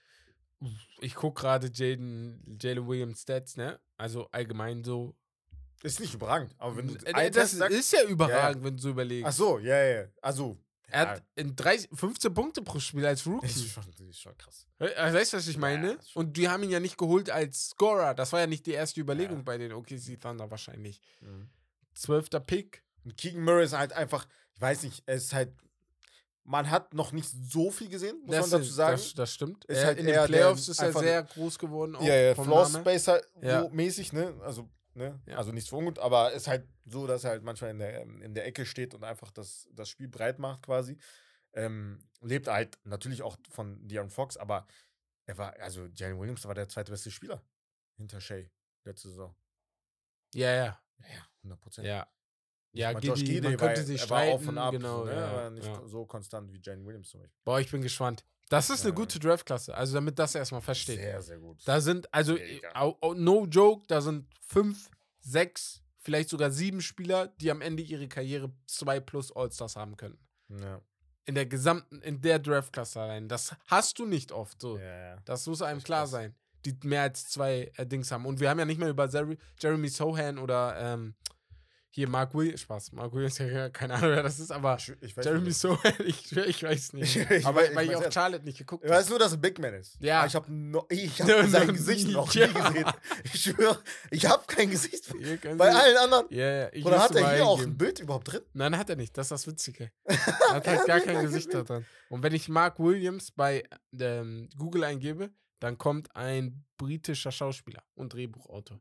Ich gucke gerade Jalen Williams Stats, ne? Also allgemein so. Ist nicht überragend, aber wenn du das ist ja überragend, wenn du so überlegst. Ach so, ja. Also er hat 15 Punkte pro Spiel als Rookie. Das ist schon krass. Weißt du, was ich meine? Ja, und die haben ihn ja nicht geholt als Scorer. Das war ja nicht die erste Überlegung bei den OKC Thunder wahrscheinlich. 12. Pick. Und Keegan Murray ist halt einfach, ich weiß nicht, es ist halt, man hat noch nicht so viel gesehen, muss man dazu sagen. Das stimmt. Ist halt in den Playoffs ist er sehr groß geworden. Auch Floor Spacer so mäßig, ne? Also, ne? Ja. Also nichts für ungut, aber ist halt so, dass er halt manchmal in der Ecke steht und einfach das Spiel breit macht quasi. Lebt halt natürlich auch von De'Aaron Fox, aber Jalen Williams war der zweitbeste Spieler hinter Shea letzte Saison. Ja, 100%. Ja, Josh Giddey, man könnte sich streiten, war auf und ab, genau, so, ne? Aber nicht so konstant wie Jalen Williams zum Beispiel. Boah, ich bin gespannt. Das ist eine gute Draftklasse, also damit das erstmal versteht. Sehr, sehr gut. Da sind, also, no joke, da sind 5, 6, vielleicht sogar 7 Spieler, die am Ende ihre Karriere 2+ All-Stars haben könnten. Ja. In der Draftklasse allein. Das hast du nicht oft so. Ja. Das muss einem klar sein, die mehr als 2 Dings haben. Und wir haben ja nicht mehr über Jeremy Sohan oder hier Mark Williams, Mark Williams, keine Ahnung, wer das ist, aber ich weiß Jeremy Sohan, ich weiß nicht. Weil ich auch Charlotte nicht geguckt habe. Ich weiß nur, dass er Big Man ist. Ja. Aber ich hab sein Gesicht noch nie gesehen. Ich schwöre, ich habe kein Gesicht. Bei allen anderen. Oder hat er hier auch ein Bild überhaupt drin? Nein, hat er nicht. Das ist das Witzige. Er hat halt gar kein Gesicht da drin. Und wenn ich Mark Williams bei Google eingebe, dann kommt ein britischer Schauspieler und Drehbuchautor.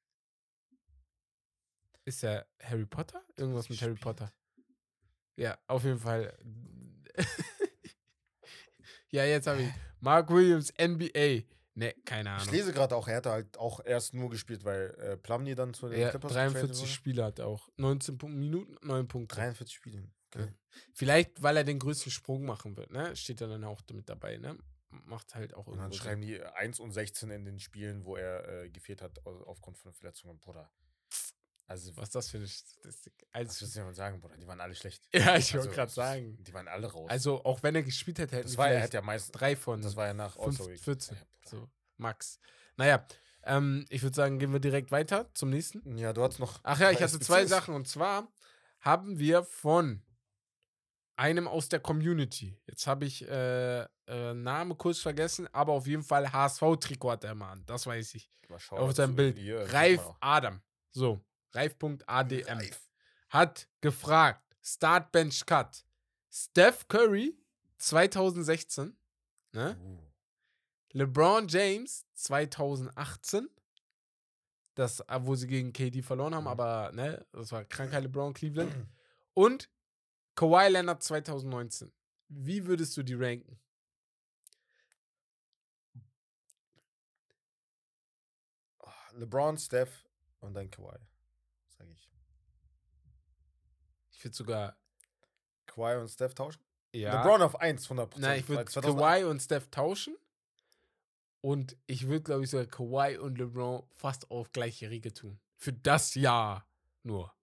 Ist er Harry Potter? Irgendwas mit Harry Potter. Ja, auf jeden Fall. Ja, jetzt habe ich Mark Williams, NBA. Ne, keine Ahnung. Ich lese gerade auch, er hat halt auch erst nur gespielt, weil Plumlee dann zu den Clippers 43 Spiele hat er auch. 19 Minuten, 9 Punkte. 43 Spiele. Okay. Vielleicht, weil er den größten Sprung machen wird, ne? Steht er dann auch mit dabei, ne? Macht halt auch irgendwo. Und dann schreiben die 1 und 16 in den Spielen, wo er gefehlt hat aufgrund von Verletzungen, Bruder. Also, was ist das für eine Statistik? Was willst du denn mal sagen, Bruder? Die waren alle schlecht. Ja, ich wollte gerade sagen. Die waren alle raus. Also, auch wenn er gespielt hätte, hätten er hat ja meistens 3 von. Das war ja nach 14. Ja, so, Max. Naja, ich würde sagen, gehen wir direkt weiter zum nächsten. Ja, du hattest noch. Ach ja, ich hatte 2 Sachen. Und zwar haben wir von einem aus der Community. Jetzt habe ich Name kurz vergessen, aber auf jeden Fall HSV-Trikot hat er mal an. Das weiß ich. Auf seinem Bild. Raif Adam. So. Raif.adm hat gefragt, Start Bench Cut. Steph Curry 2016, ne? LeBron James 2018, das, wo sie gegen KD verloren haben, aber ne, das war kranker LeBron Cleveland. Und Kawhi Leonard 2019. Wie würdest du die ranken? LeBron, Steph und dann Kawhi. Sag ich. Ich würde sogar Kawhi und Steph tauschen? Ja. LeBron auf 1, 100%. Nein, ich würde 2008. Kawhi und Steph tauschen. Und ich würde, glaube ich, sogar Kawhi und LeBron fast auf gleiche Riege tun. Für das Jahr nur.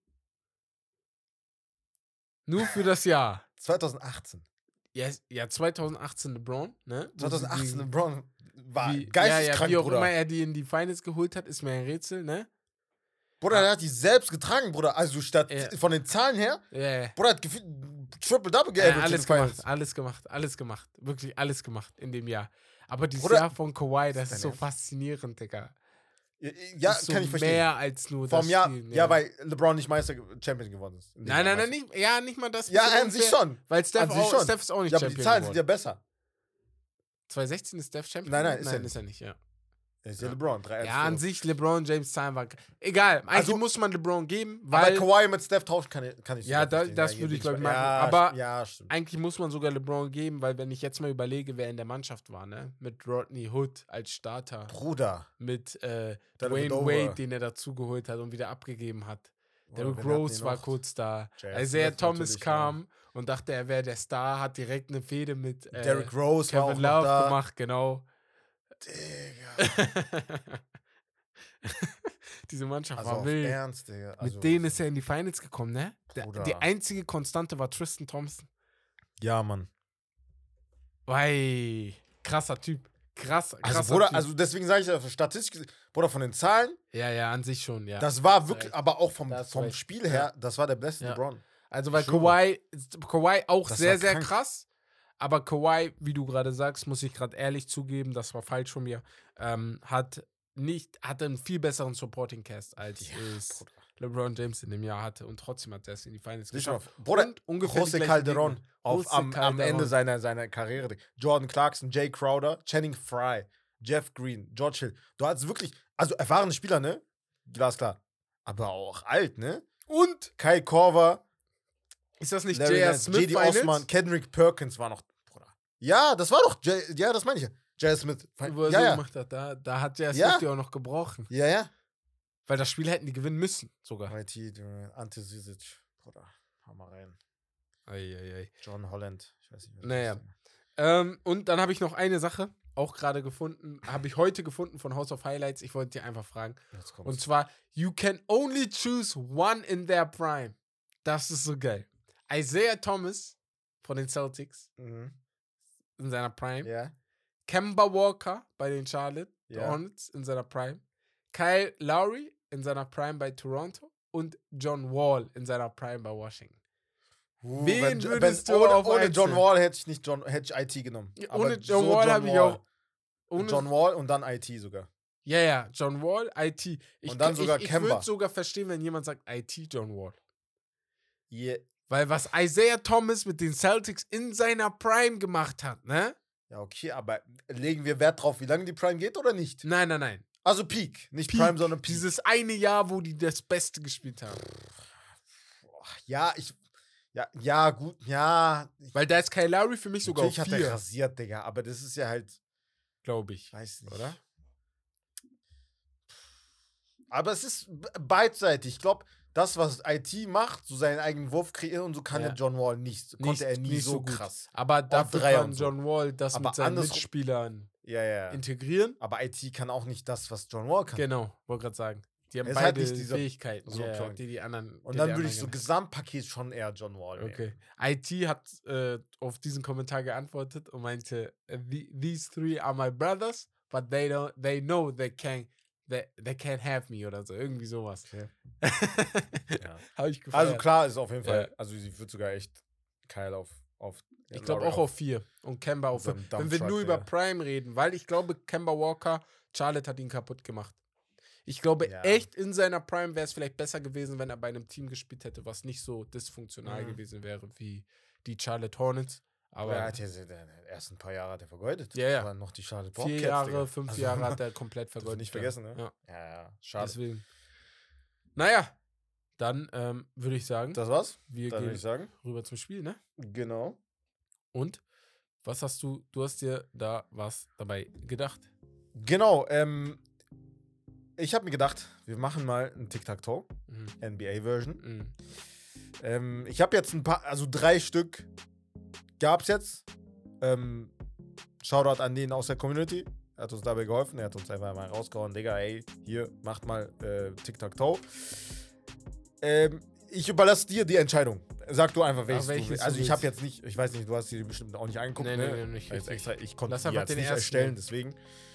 Nur für das Jahr. 2018. Ja, 2018 LeBron, ne? Wo sie 2018 gegen- LeBron war wie, geisteskrank, wie auch Bruder. immer er die in die Finals geholt hat, ist mir ein Rätsel, ne? Bruder, der hat die selbst getragen, Bruder. Also statt Ja. von den Zahlen her, Ja, Bruder hat gefühlt Triple-Double geaveraged in den Finals. alles gemacht. Wirklich alles gemacht in dem Jahr. Aber dieses Bruder, Jahr von Kawhi, das dein ist so Ernst? faszinierend, Digga. Ja, Das ist so kann ich verstehen. mehr als nur Vom das Jahr, Spiel, ja, weil LeBron nicht Champion geworden ist. In dem Jahr, Nein, weißt du? nicht, ja, nicht mal das. Ja, bisschen an sich unfair, schon. Weil Steph, An sich schon. Steph ist auch nicht Ja, aber die Champion Zahlen sind geworden. ja besser. 2016 ist Steph Champion? Nein, geworden? ist er ist er nicht, ja. Er ist ja Ja. LeBron. 3-1 Ja, an sich LeBron James Zahlen waren. Egal, eigentlich Also- muss man LeBron geben, Aber weil Kawhi mit Steph tauschen kann ich Ja, sogar verstehen. das hier würde ich, bin glaub ich, machen. Ja, Aber- ja, stimmt. eigentlich muss man sogar LeBron geben, weil wenn ich jetzt mal überlege, wer in der Mannschaft war, ne? Mit Rodney Hood als Starter, Bruder. mit Dellavedova. Dwayne Wade, den er dazugeholt hat und wieder abgegeben hat. Derrick wen hatten Rose die war noch? kurz da. J.R. Isaiah Smith Thomas natürlich, kam und dachte, er wäre der Star, hat direkt eine Fehde mit Derrick Rose war auch Kevin noch Love da. gemacht, genau. Digga. Diese Mannschaft Also war auf wild. Ernst, Digga. Also, Mit denen ist er in die Finals gekommen, ne? Bruder. Die einzige Konstante war Tristan Thompson. Ja, Mann. Weil krasser Typ. Krasser Also, Bruder, Typ. also deswegen sage ich ja, statistisch gesehen, Bruder, von den Zahlen, Ja, an sich schon, ja. das war wirklich, recht. aber auch vom Da hast du vom recht. Spiel her, das war der beste Ja. LeBron. Also, weil Ich schwöre. Kawhi auch Das sehr, war sehr krank. krass. Aber Kawhi, wie du gerade sagst, muss ich gerade ehrlich zugeben, das war falsch von mir, hatte einen viel besseren Supporting Cast, als es Bruder. LeBron James in dem Jahr hatte. Und trotzdem hat er es in die Finals Sicher, geschafft. Bruder, Und ungefähr die Jose gleichen Calderon Gegner. Jose am Calderon. Ende seiner Karriere. Jordan Clarkson, Jay Crowder, Channing Frye, Jeff Green, George Hill. Du hattest wirklich, also erfahrene Spieler, ne? Glasklar. Aber auch alt, ne? Und Kyle Korver, ist das nicht Larry J.R. Nance, Smith J.D. Finals? Osman, Kendrick Perkins war noch, Bruder. Ja, das war doch, ja, das meine ich ja. J.R. Smith. Wo er Ja, so ja. gemacht hat, da hat J.R. Ja. Smith die auch noch gebrochen. Ja, ja. Weil das Spiel hätten die gewinnen müssen, sogar. IT, Ante Zizic, Bruder. Hau mal rein. Ei. John Holland. Ich weiß nicht, was Naja. das ist. Und dann habe ich noch eine Sache, auch gerade gefunden, habe ich heute gefunden von House of Highlights. Ich wollte dir einfach fragen. Jetzt kommt's. Und zwar, you can only choose one in their prime. Das ist so geil. Isaiah Thomas von den Celtics Mhm. in seiner Prime. Ja. Kemba Walker bei den Charlotte Ja. Hornets in seiner Prime. Kyle Lowry in seiner Prime bei Toronto. Und John Wall in seiner Prime bei Washington. Wen würdest du auf ohne eins John nehmen? Wall hätte ich IT genommen. Ja, Aber ohne John Wall habe ich auch. Ohne John Wall und dann IT sogar. Ja, John Wall, IT. Und dann sogar ich Kemba. würde sogar verstehen, wenn jemand sagt IT John Wall. Yeah. Weil was Isaiah Thomas mit den Celtics in seiner Prime gemacht hat, ne? Ja, okay, aber legen wir Wert drauf, wie lange die Prime geht oder nicht? Nein. Also Peak. Nicht Peak. Prime, sondern Peak. Dieses eine Jahr, wo die das Beste gespielt haben. Ja, ja, gut, ja. Weil da ist Kyle Lowry für mich sogar auf Natürlich hat er 4, rasiert, Digga, aber das ist ja halt, glaube ich. weiß nicht. Oder? Aber es ist beidseitig. Ich glaube, das, was IT macht, so seinen eigenen Wurf kreieren und so kann Ja. der John Wall nicht. Konnte er nie nicht so gut. krass. Aber dafür Dreier kann und so. John Wall das Aber mit seinen andersrum- Mitspielern Ja. integrieren. Aber IT kann auch nicht das, was John Wall kann. Genau, wollte gerade sagen. Die haben Er ist halt beide nicht dieser Fähigkeiten, so Point. die anderen. Und die dann die würde ich anderen so genießen. Gesamtpaket schon eher John Wall nehmen. Okay. IT hat auf diesen Kommentar geantwortet und meinte, these three are my brothers, but they know they can't have me oder so. Irgendwie sowas. Okay. Ja. Habe ich gefeiert. Also klar ist auf jeden Fall, Ja. also sie wird sogar echt Kyle auf Ich glaube Lowry auch auf 4 und Kemba auf so 5. einem Wenn wir nur Dumptruck, über Digga. Prime reden, weil ich glaube, Kemba Walker, Charlotte hat ihn kaputt gemacht. Ich glaube, Ja. echt in seiner Prime wäre es vielleicht besser gewesen, wenn er bei einem Team gespielt hätte, was nicht so dysfunktional Mhm. gewesen wäre wie die Charlotte Hornets. Aber Aber er hat ja die ersten paar Jahre hat er vergeudet. Ja. Aber noch die Charlotte 4 Bobcats, Jahre, Digga. 5 Also, Jahre hat er komplett dürfen wir vergeudet. nicht vergessen, ne? Ja, Ja, schade. deswegen. Naja, dann würde ich sagen, Das war's? wir Dann würde gehen ich sagen. rüber zum Spiel, ne? Genau. Und was hast du hast dir da was dabei gedacht? Genau, ich habe mir gedacht, wir machen mal ein Tic-Tac-Toe, Mhm. NBA-Version. Mhm. Ich habe jetzt ein paar, also 3 Stück gab's jetzt. Shoutout an den aus der Community. Er hat uns dabei geholfen. Er hat uns einfach mal rausgehauen. Digga, ey, hier, macht mal Tic-Tac-Toe. Ich überlasse dir die Entscheidung. Sag du einfach, welches du willst. Also ich habe jetzt nicht, ich weiß nicht, du hast die bestimmt auch nicht angeguckt. Nee, nicht jetzt extra, ich konnte Lass die einfach jetzt den nicht ersten erstellen, nehmen. deswegen.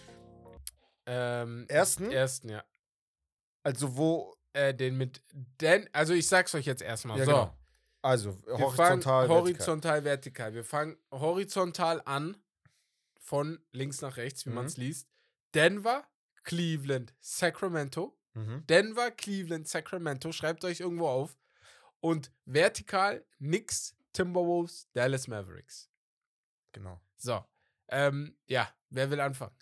Ersten, ja. Also wo... Den mit, also ich sag's euch jetzt erstmal. Ja, so. genau. Also Wir horizontal, fangen horizontal, vertikal. Wir fangen horizontal an, von links nach rechts, wie man es liest. Denver, Cleveland, Sacramento. Denver, Cleveland, Sacramento. Schreibt euch irgendwo auf. Und vertikal Knicks, Timberwolves, Dallas Mavericks. Genau. So. Ja, wer will anfangen?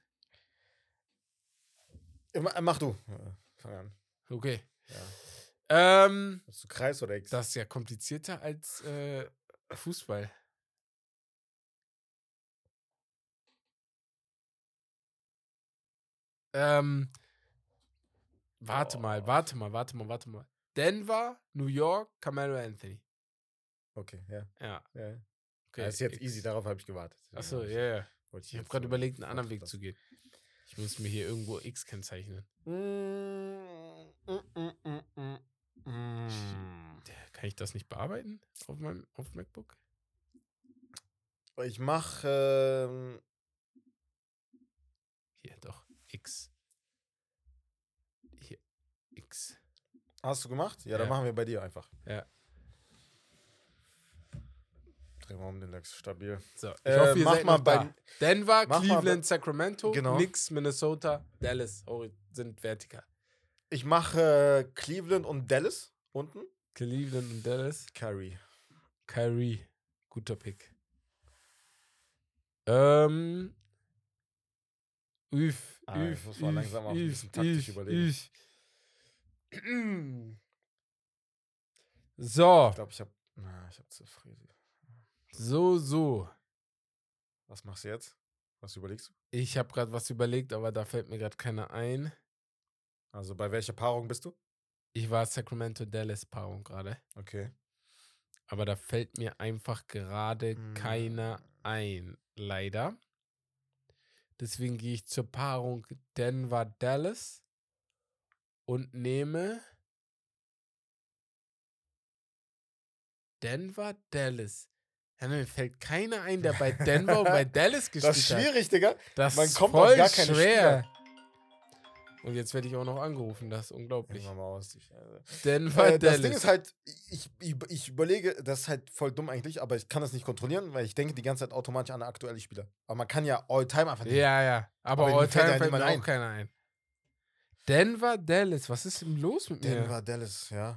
Mach du. Fang an. Okay. Ja. Hast du Kreis oder X? Das ist ja komplizierter als Fußball. Warte mal. Denver, New York, Carmelo Anthony. Okay, ja. Ja. Okay, Das ist jetzt easy, darauf habe ich gewartet. Achso, ja. Ich Ich habe gerade überlegt, einen anderen Weg zu gehen. Ich muss mir hier irgendwo X kennzeichnen. Kann ich das nicht bearbeiten auf meinem MacBook? Ich mache hier doch X. Hier X. Hast du gemacht? Ja, dann machen wir bei dir einfach. Ja. Drehen wir um den Lex stabil. So, ich hoffe, ihr seid mal noch bei da. Denver, Cleveland, Sacramento, genau. Knicks, Minnesota, Dallas sind vertikal. Ich mache Cleveland und Dallas unten. Cleveland und Dallas. Kyrie. Guter Pick. Ich muss mal langsam auch ein bisschen taktisch überlegen. So. Ich glaube, ich habe zu früh. So. Was machst du jetzt? Was überlegst du? Ich habe gerade was überlegt, aber da fällt mir gerade keiner ein. Also bei welcher Paarung bist du? Ich war Sacramento-Dallas-Paarung gerade. Okay. Aber da fällt mir einfach gerade keiner ein, leider. Deswegen gehe ich zur Paarung Denver-Dallas und nehme Denver-Dallas. Ja, mir fällt keiner ein, der bei Denver und bei Dallas gespielt hat. Das ist schwierig, Digga. Das Man ist kommt voll auf gar keine schwer. Spieler. Und jetzt werde ich auch noch angerufen, das ist unglaublich. Mal aus. Denver, das Dallas. Ding ist halt, ich überlege, das ist halt voll dumm eigentlich, aber ich kann das nicht kontrollieren, weil ich denke die ganze Zeit automatisch an aktuelle Spieler. Aber man kann ja All-Time einfach nicht. Ja. Aber All-Time fällt mir ein. auch keiner ein. Denver, Dallas, was ist denn los mit mir? Denver, Dallas, ja.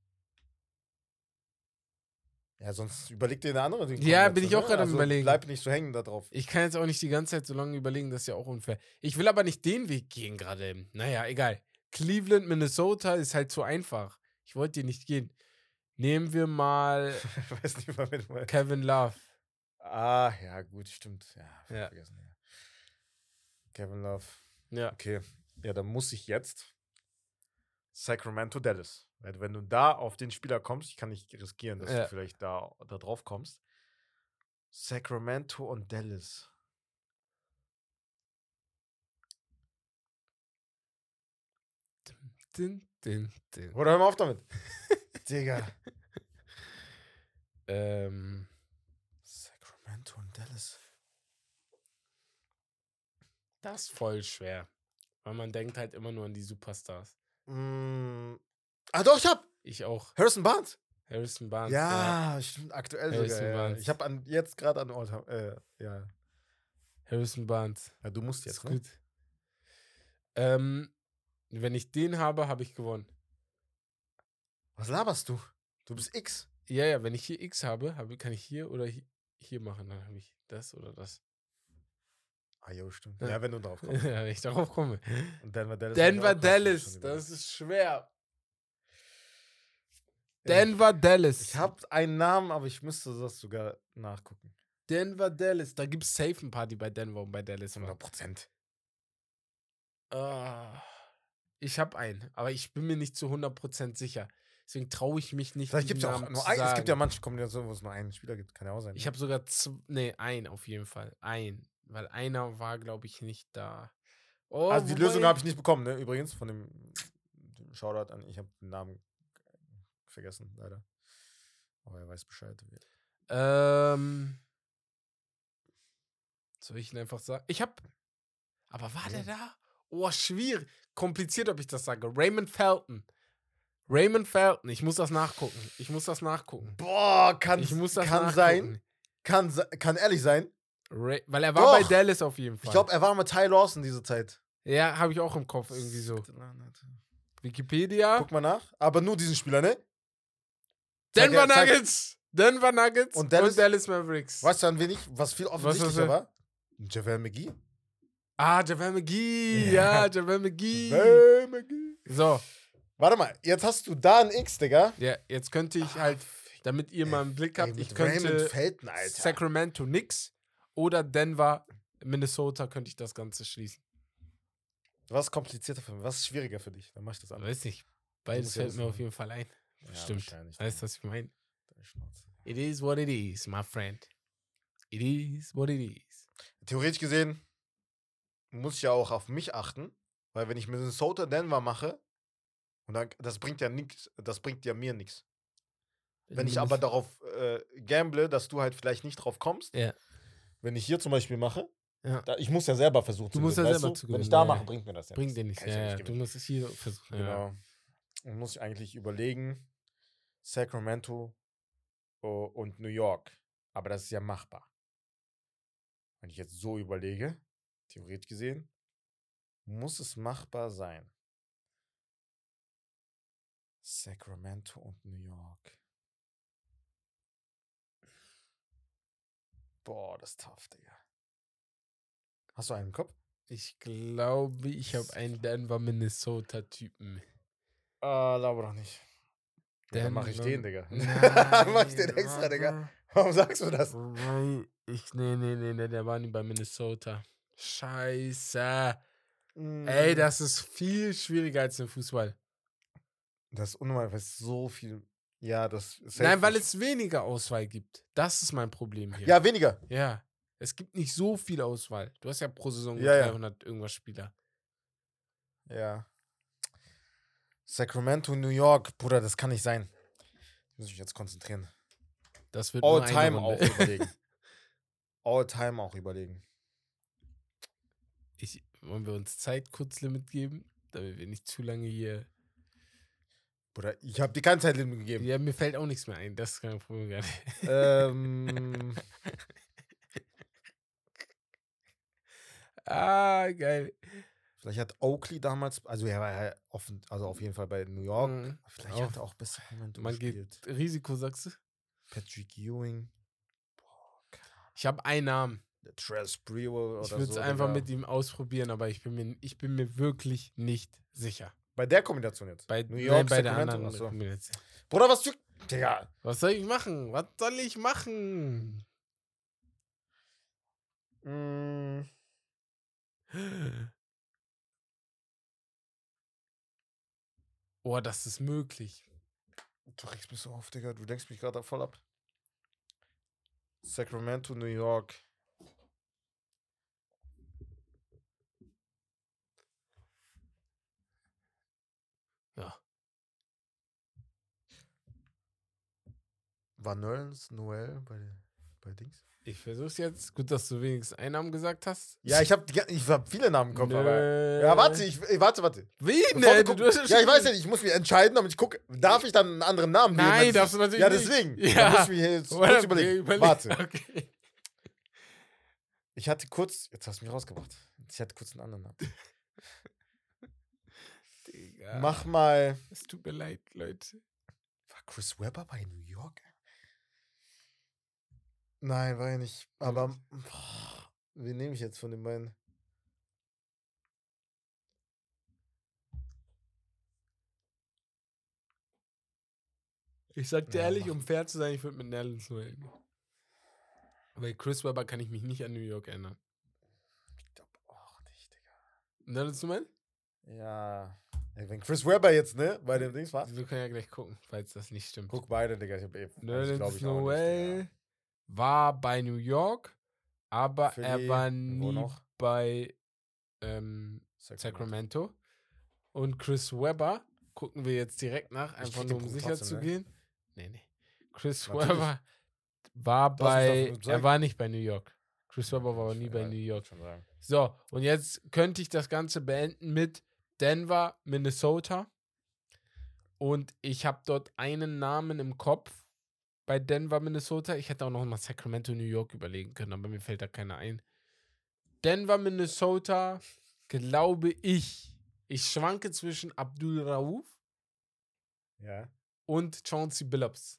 Ja, sonst überleg dir eine andere. Ja, bin ich auch gerade am Überlegen. Bleib nicht so hängen da drauf. Ich kann jetzt auch nicht die ganze Zeit so lange überlegen, das ist ja auch unfair. Ich will aber nicht den Weg gehen gerade. Naja, egal. Cleveland, Minnesota ist halt zu einfach. Ich wollte die nicht gehen. Nehmen wir mal Ich weiß nicht mal, wen du meinst. Kevin Love. Ah, ja, gut, stimmt. Ja. Vergessen, ja. Kevin Love. Ja. Okay. Ja, dann muss ich jetzt Sacramento, Dallas. Weil wenn du da auf den Spieler kommst, ich kann nicht riskieren, dass du vielleicht da drauf kommst. Sacramento und Dallas. Oder hör mal auf damit. Digga. Sacramento und Dallas. Das ist voll schwer. Weil man denkt halt immer nur an die Superstars. Doch, ich auch. Harrison Barnes. Ja, stimmt, aktuell Harrison sogar. Barnes. Ich habe jetzt gerade an Ort. Ja. Harrison Barnes. Ja, du musst jetzt, ist gut. Wenn ich den habe, habe ich gewonnen. Was laberst du? Du bist X. Ja, wenn ich hier X habe, kann ich hier oder hier machen. Dann habe ich das oder das. Ah, jo, stimmt. Ja, wenn du drauf kommst. Ja, wenn ich darauf komme. Und Denver, Dallas. Das ist schwer. Denver, Dallas. Ich habe einen Namen, aber ich müsste das sogar nachgucken. Denver, Dallas. Da gibt es safe ein Party bei Denver und bei Dallas. 100%. Ich habe einen, aber ich bin mir nicht zu 100% sicher. Deswegen traue ich mich nicht, Vielleicht gibt es ja auch Namen nur zu einen. Es gibt ja sagen. manche Kombinationen, wo es nur einen Spieler gibt. Kann ja auch sein. Ich habe sogar einen auf jeden Fall. Weil einer war, glaube ich, nicht da. Oh, Also die Lösung wobei- habe ich nicht bekommen, ne? Übrigens, von dem Shoutout an. Ich habe den Namen vergessen, leider. Aber er weiß Bescheid. Ähm, soll ich ihn einfach sagen? Aber war der Ja. da? Oh, schwierig. Kompliziert, ob ich das sage. Raymond Felton. Raymond Felton. Ich muss das nachgucken. Boah, Ich muss das kann nachgucken. sein. Kann ehrlich sein. Weil er war bei Doch. Dallas auf jeden Fall. Ich glaube, er war mit Ty Lawson diese Zeit. Ja, habe ich auch im Kopf irgendwie so. Wikipedia. Guck mal nach. Aber nur diesen Spieler, ne? Denver Zeig- Nuggets. Denver Nuggets Und Dallas Mavericks. Weißt du, an wen ich, was viel offensichtlicher er? war? JaVale McGee. Ah, JaVale McGee. Ja. Ja, JaVale McGee. JaVale McGee. So, Warte mal, jetzt hast du da ein X, Digga. ja, jetzt könnte ich halt, damit ihr mal einen Blick habt, Ey, ich mit Raymond könnte Felton, Alter. Sacramento Knicks oder Denver, Minnesota könnte ich das Ganze schließen. Was ist komplizierter für mich? Was ist schwieriger für dich? Dann mach ich das an. Weiß nicht. Beides musst ja fällt mir wissen. auf jeden Fall ein. Ja, Stimmt. wahrscheinlich, Weißt du, Digga. was ich meine? Deine Schnauze. It is what it is, my friend. It is what it is. Theoretisch gesehen muss ich ja auch auf mich achten, weil wenn ich Minnesota Denver mache, und dann, das bringt ja mir nichts. Wenn ich aber darauf gamble, dass du halt vielleicht nicht drauf kommst, Ja. wenn ich hier zum Beispiel mache, Ja. ich muss ja selber versuchen Du musst ja weißt selber du? zu Wenn ich gewinnen, da ja, mache, ja. bringt mir das ja Bringt dir nichts. nichts. Kann ich Ja, nicht du gewinnen. musst es hier versuchen. Ja. Genau. Dann muss ich eigentlich überlegen, Sacramento und New York. Aber das ist ja machbar. Wenn ich jetzt so überlege, theoretisch gesehen, muss es machbar sein. Sacramento und New York. Boah, das ist tough, Digga. Hast du einen im Kopf? Ich glaube, ich habe einen Denver-Minnesota-Typen. Glaube doch nicht. Ja, dann mache ich den, Digga. Nein, mach ich den extra, Digga. Warum sagst du das? Nee, der war nie bei Minnesota. Scheiße. Ey, das ist viel schwieriger als im Fußball. Das ist unnormal, weil es so viel. Ja, das ist. Nein, weil es weniger Auswahl gibt. Das ist mein Problem hier. Ja, weniger. Ja. Es gibt nicht so viel Auswahl. Du hast ja pro Saison nur Ja, ja. 300 irgendwas Spieler. Ja. Sacramento, New York, Bruder, das kann nicht sein. Ich muss mich jetzt konzentrieren. Das wird nur eine All-Time Runde. auch überlegen. All-Time auch überlegen. Wollen wir uns Zeit kurz Limit geben, damit wir nicht zu lange hier. Bruder, ich habe dir keine Zeitlimit gegeben. Ja, mir fällt auch nichts mehr ein. Das ist kein Problem. Gar nicht. Geil. Vielleicht hat Oakley damals, also er war ja auf jeden Fall bei New York. Mhm. Vielleicht hat er auch bis Sacramento Man gespielt. geht Risiko, sagst du? Patrick Ewing. Ich habe einen Namen. Trez Sprewell oder Ich so. würde es einfach Digga. mit ihm ausprobieren, aber ich bin mir wirklich nicht sicher. Bei der Kombination jetzt. Bei, New nein, York, bei der Sacramento. anderen Achso. Kombination. Bruder, was du. Digga. Was soll ich machen? Was soll ich machen? Oh, das ist möglich. Du regst mich so auf, Digga. Du denkst mich gerade voll ab. Sacramento, New York. Ja. War Noel bei Dings? Ich versuch's jetzt. Gut, dass du wenigstens einen Namen gesagt hast. Ja, ich hab viele Namen im Kopf, Nö. aber. Ja, warte. Wie? Bevor wir Ne, gucken- du hast Ja, ich weiß ja nicht, ich muss mich entscheiden, damit ich gucke, darf ich dann einen anderen Namen wählen? Nein, wenn darfst es- du natürlich Ja, nicht. deswegen. Ja. Da muss ich mir jetzt kurz überlegen. Warte. Okay. Ich hatte kurz. Jetzt hast du mich rausgebracht. Ich hatte kurz einen anderen Namen. Digga. Mach mal. Es tut mir leid, Leute. War Chris Webber bei New York? Nein, war er nicht. Aber. Boah, wen nehme ich jetzt von den beiden? Ich sag dir Ja, ehrlich, mach. um fair zu sein, ich würde mit Nerlens Noel gehen. Weil Chris Webber kann ich mich nicht an New York erinnern. Ich glaube auch nicht, Digga. Nerlens Noel? Ja. Wenn Chris Webber jetzt, ne, bei dem Dings war. Wir können ja gleich gucken, falls das nicht stimmt. Guck beide, Digga. Nerlens glaube ich auch nicht, Noel war bei New York, aber Philly, er war wo nie noch? bei Sacramento. Und Chris Webber, gucken wir jetzt direkt nach, einfach krieg nur den um Punkt sicher trotzdem, zu ne? gehen. Nee. Chris Natürlich. Webber war Du hast mich bei, doch er gesagt. war nicht bei New York. Chris Webber war nie bei New York. Schon sagen. So, und jetzt könnte ich das Ganze beenden mit Denver, Minnesota. Und ich habe dort einen Namen im Kopf bei Denver, Minnesota. Ich hätte auch noch mal Sacramento, New York überlegen können, aber mir fällt da keiner ein. Denver, Minnesota, glaube ich. Ich schwanke zwischen Abdul Rauf Ja. und Chauncey Billups.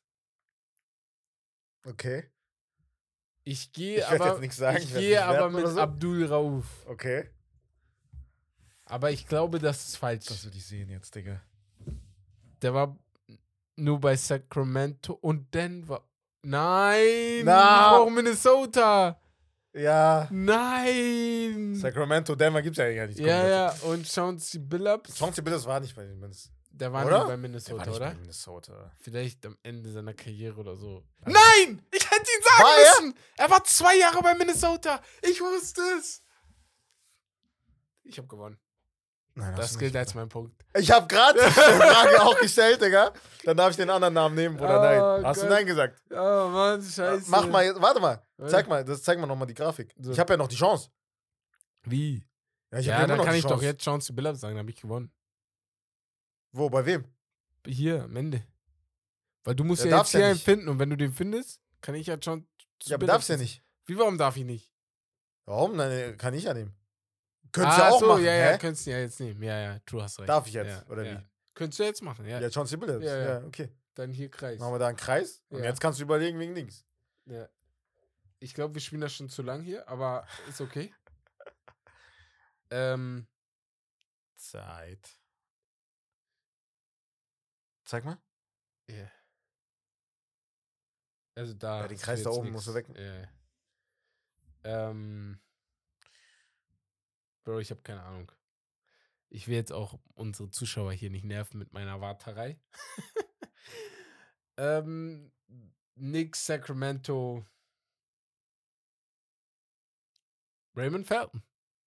Okay. Ich gehe Ich werd aber, jetzt nichts sagen, ich ich werd gehe nicht aber werten mit oder so. Abdul Rauf. Okay. Aber ich glaube, das ist falsch. Das will ich sehen jetzt, Digga. Der war nur bei Sacramento und Denver. Nein! Na! Wir brauchen Minnesota! Ja. Nein! Sacramento, Denver gibt's ja gar nicht. Ja, und Chauncey Billups. Chauncey Billups war nicht bei den Minnesota. Der war Oder? nie bei Der Minnesota, war nicht oder? bei Minnesota. Vielleicht am Ende seiner Karriere oder so. Ja. Nein! Ich hätte ihn sagen War er? müssen! Er war 2 Jahre bei Minnesota! Ich wusste es! Ich habe gewonnen. Nein, hast Das du gilt nicht als mein Punkt. Ich habe gerade die Frage auch gestellt, Digga. Dann darf ich den anderen Namen nehmen, Bruder. Oh Nein. Hast du Gott. Nein gesagt? Oh Mann, scheiße. Mach mal jetzt. Warte mal. Was? Zeig mal nochmal die Grafik. So. Ich habe ja noch die Chance. Wie? Ja, ich Ja, hab immer dann noch kann die ich doch Chance. jetzt Chauncey Billups sagen, dann habe ich gewonnen. Wo, bei wem? Hier, am Ende. Weil du musst Der ja jetzt darf's ja hier einen nicht. finden und wenn du den findest, kann ich ja schon. Ja, aber darfst ja nicht. Wie, warum darf ich nicht? Warum? Nein, kann ich ja nehmen. Könntest ja auch so, machen, ja, hä? könntest du ja jetzt nehmen. Ja, du hast recht. Darf ich jetzt, Ja, oder ja. wie? Könntest du jetzt machen, ja. Ja, Chauncey Billups. Ja, ja. Ja, okay. Dann hier Kreis. Machen wir da einen Kreis. Und Ja. jetzt kannst du überlegen wegen links. Ja. Ich glaube, wir spielen das schon zu lang hier, aber ist okay. Zeit. Zeig mal. Yeah. Also da. Ja, den ist Kreis da jetzt oben nix. musst du weg. Ja. Bro, ich habe keine Ahnung. Ich will jetzt auch unsere Zuschauer hier nicht nerven mit meiner Warterei. Knicks, Sacramento. Raymond Felton.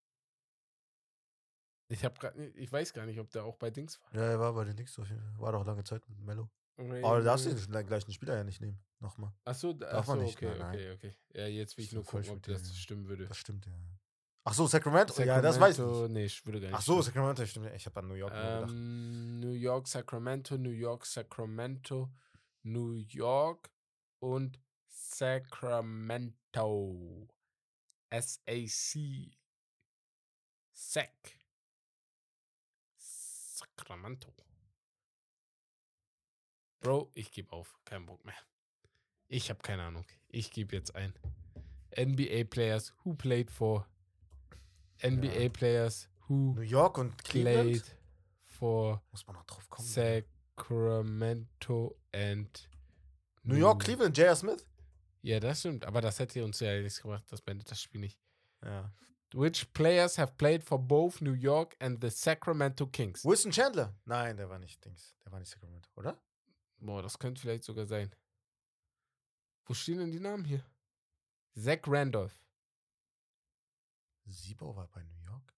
Ich weiß gar nicht, ob der auch bei Dings war. Ja, er war bei den Knicks. War doch lange Zeit mit Mello. Aber du Raymond- darfst den gleichen Spieler ja nicht nehmen. Nochmal. Achso, Darf man nicht, okay, nein. okay. Ja, jetzt will ich Stimmt, nur gucken, falsch ob mit dir, das ja. stimmen würde. Das stimmt, ja. Ach so, Sacramento? Ja, das weiß ich nicht. Nee, ich würde gar nicht. Ach so, Sacramento, stimmt. Ich habe an New York nur gedacht. New York, Sacramento, New York, Sacramento, New York und Sacramento. SAC. Sacramento. Bro, ich gebe auf. Kein Bock mehr. Ich habe keine Ahnung. Ich gebe jetzt ein. NBA Players who played for. NBA Players who New York und Cleveland? played for Muss man noch drauf kommen. Sacramento and New York, Cleveland, J.R. Smith? Ja, das stimmt. Aber das hätte uns ja nichts gemacht. Das beendet das Spiel nicht. Ja. Which players have played for both New York and the Sacramento Kings? Wilson Chandler? Nein, der war nicht Dings. Der war nicht Sacramento, oder? Boah, das könnte vielleicht sogar sein. Wo stehen denn die Namen hier? Zach Randolph. Siebo war bei New York?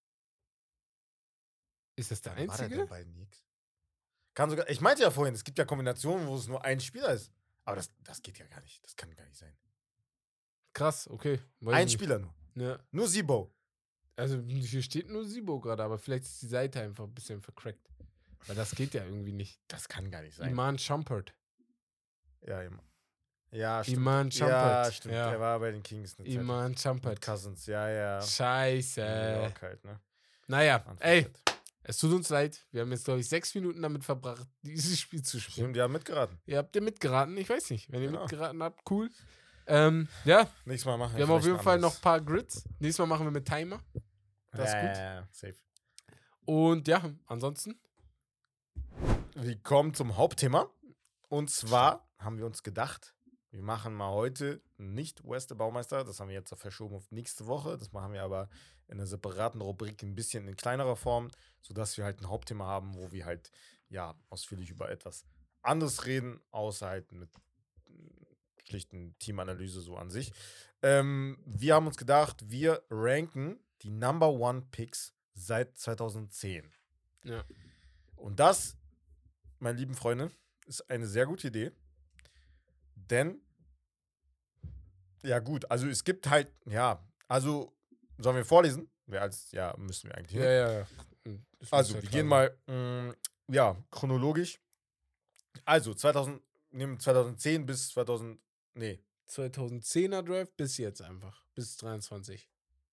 Ist das der Wann war der einzige? denn bei den Knicks? Kann sogar, ich meinte ja vorhin, es gibt ja Kombinationen, wo es nur ein Spieler ist. Aber das geht ja gar nicht. Das kann gar nicht sein. Krass, okay. Weiß Ein ich nicht. Spieler nur. Ja. Nur Sibo. Also hier steht nur Sibo gerade, aber vielleicht ist die Seite einfach ein bisschen vercrackt. Weil das geht ja irgendwie nicht. Das kann gar nicht sein. Iman Shumpert. Ja, ja, stimmt. Iman Ja, Shumpert. stimmt. Ja. Der war bei den Kings. eine Zeit lang. Iman Mit Shumpert. Cousins, ja. New Scheiße. York halt, ne? Naja, ey, Unfortunate. es tut uns leid. Wir haben jetzt, glaube ich, 6 Minuten damit verbracht, dieses Spiel zu spielen. Stimmt, die haben mitgeraten. Ihr habt ja mitgeraten, ich weiß nicht. Wenn ihr Genau. mitgeraten habt, cool. Ja, Nächstes Mal machen wir haben auf jeden Fall noch ein paar Grids. Nächstes Mal machen wir mit Timer. Das ist gut. Ja, safe. Und ja, ansonsten. Wir kommen zum Hauptthema. Und zwar haben wir uns gedacht, wir machen mal heute nicht West der Baumeister. Das haben wir jetzt verschoben auf nächste Woche. Das machen wir aber in einer separaten Rubrik ein bisschen in kleinerer Form, sodass wir halt ein Hauptthema haben, wo wir halt ja ausführlich über etwas anderes reden, außer halt mit schlichten Teamanalyse so an sich. Wir haben uns gedacht, wir ranken die Number One Picks seit 2010. Ja. Und das, meine lieben Freunde, ist eine sehr gute Idee. Denn, ja gut, also es gibt halt, ja, also, sollen wir vorlesen? Ja, müssen wir eigentlich. Ja. Also, wir gehen mal, chronologisch. Also, 2010 bis 2010er Draft bis jetzt einfach. Bis 23.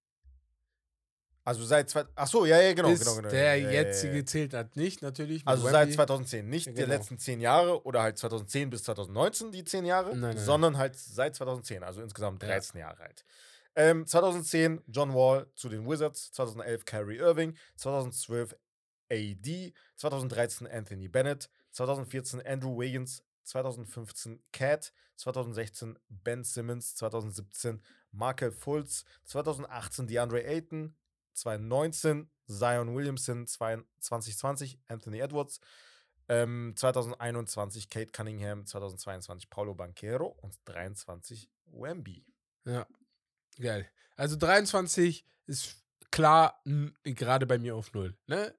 Also seit, achso, ja, genau. Der jetzige zählt halt nicht, natürlich. Also seit 2010, nicht Ja, die letzten 10 Jahre oder halt 2010 bis 2019 die 10 Jahre, Nein. sondern halt seit 2010, also insgesamt 13 Jahre halt. 2010 John Wall zu den Wizards, 2011 Kyrie Irving, 2012 AD, 2013 Anthony Bennett, 2014 Andrew Wiggins, 2015 Cat, 2016 Ben Simmons, 2017 Markelle Fultz, 2018 DeAndre Ayton, 2019 Zion Williamson, 2020 Anthony Edwards, 2021 Kate Cunningham, 2022 Paulo Banchero und 23 Wemby. Ja, geil. Also 23 ist klar gerade bei mir auf 0, ne?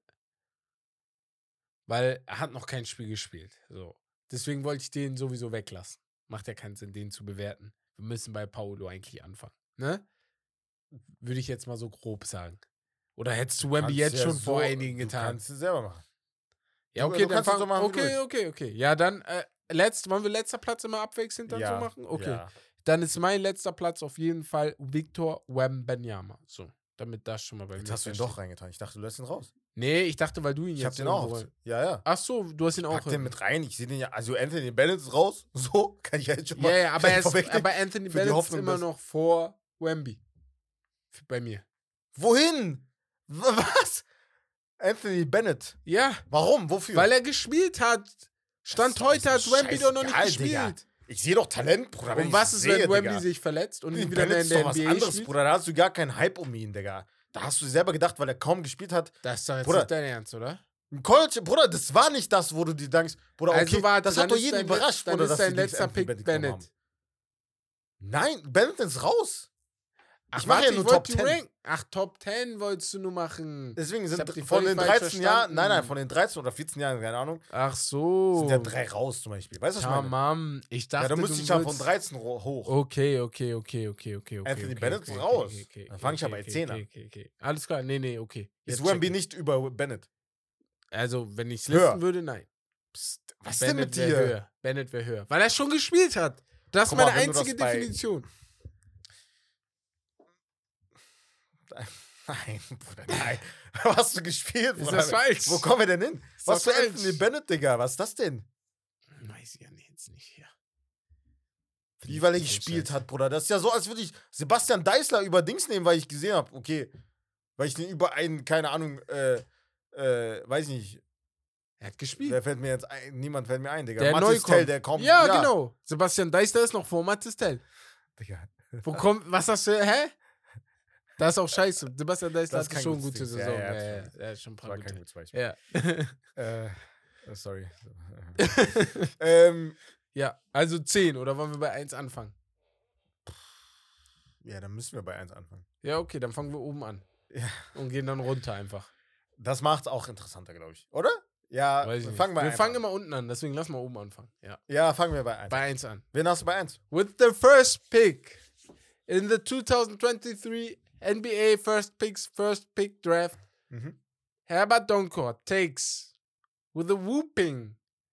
Weil er hat noch kein Spiel gespielt. So. Deswegen wollte ich den sowieso weglassen. Macht ja keinen Sinn, den zu bewerten. Wir müssen bei Paulo eigentlich anfangen, ne? Würde ich jetzt mal so grob sagen. Oder hättest du Wemby jetzt schon vor einigen getan? Du kannst es selber machen. Ja, okay, dann so machen, okay. Ja, dann, wollen wir letzter Platz immer abwechselnd dann so machen? Okay. Ja. Dann ist mein letzter Platz auf jeden Fall Victor Wembanyama. So, damit das schon mal bei mir Jetzt hast du ihn doch reingetan. Ich dachte, du lässt ihn raus. Nee, ich dachte, weil du ihn Ich jetzt hab den auch. Ja. Ach so, du hast ihn auch. Pack den mit rein. Ich sehe den ja. Also Anthony Bennett ist raus. So, kann ich jetzt schon mal. Ja, aber Anthony Bennett ist immer noch vor Wemby. Bei mir. Wohin? Was? Anthony Bennett? Ja. Warum? Wofür? Weil er gespielt hat. Stand heute hat Wemby doch noch nicht gespielt. Digga. Ich sehe doch Talent, Bruder. Und was ist, wenn Wemby sich verletzt und nie wieder mehr in der NBA anderes, spielt? Bruder. Da hast du gar keinen Hype um ihn, Digga. Da hast du dir selber gedacht, weil er kaum gespielt hat. Das ist doch jetzt Bruder, nicht dein Ernst, oder? Im College, Bruder, das war nicht das, wo du dir denkst, Bruder, okay, also warte, das hat doch jeden überrascht, Bruder, dass ist dein die letzter Anthony Pick genommen haben. Bennett. Nein, Bennett ist raus. Ach, Ich mache ja nur Top 10. Ach, Top 10 wolltest du nur machen. Deswegen sind die von den 13 Jahren, verstanden. von den 13 oder 14 Jahren, keine Ahnung, Ach so. sind ja 3 raus zum Beispiel. Weißt du, was ich meine? Tamam. Ich dachte, Ja, da müsste ich ja von 13 hoch. Okay. Anthony Bennett ist raus. Dann fange ich ja bei 10 an. Okay. Alles klar, nee, okay. Ist Wemby nicht über Bennett? Also, wenn ich es Höher. listen würde, nein. Psst, was Bennett denn mit dir? Höher. Bennett wäre höher. Weil er schon gespielt hat. Das ist Guck mal, meine wenn du einzige das bei- Definition. Nein, Bruder, nein. Was hast du gespielt, Ist Bruder? das falsch? Wo kommen wir denn hin? Was für das falsch? Anthony Bennett, Digga? Was ist das denn? Weiß ich ja jetzt nicht hier. Wie, weil er gespielt hat, Bruder. Das ist ja so, als würde ich Sebastian Deißler über Dings nehmen, weil ich gesehen habe. Okay. Weil ich den über einen, keine Ahnung, weiß ich nicht. Er hat gespielt. Wer fällt mir jetzt ein? Niemand fällt mir ein, Digga. Der Mathis Neukomm. Tell, der kommt. Ja, genau. Sebastian Deißler ist noch vor Mathis Tell. Digga. Was hast du, hä? Das ist auch scheiße. Sebastian Deißler Das ist hatte kein schon eine gutes gute Ding. Saison. Ja, Ja, schon ein Das paar war gute. kein gutes Beispiel. Ja. Sorry. Ja, also 10. Oder wollen wir bei 1 anfangen? Ja, dann müssen wir bei 1 anfangen. Ja, okay, dann fangen wir oben an. Ja. Und gehen dann runter einfach. Das macht's auch interessanter, glaube ich. Oder? Ja, Weiß ich nicht. fangen wir Wir einfach fangen an. immer unten an, deswegen lass mal oben anfangen. Ja. Ja, fangen wir bei 1 Bei 1 an. Wen hast du bei 1? With the first pick in the 2023 NBA First Pick Draft, Herbert Donkor takes with a whooping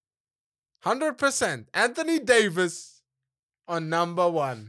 100% Anthony Davis on number 1.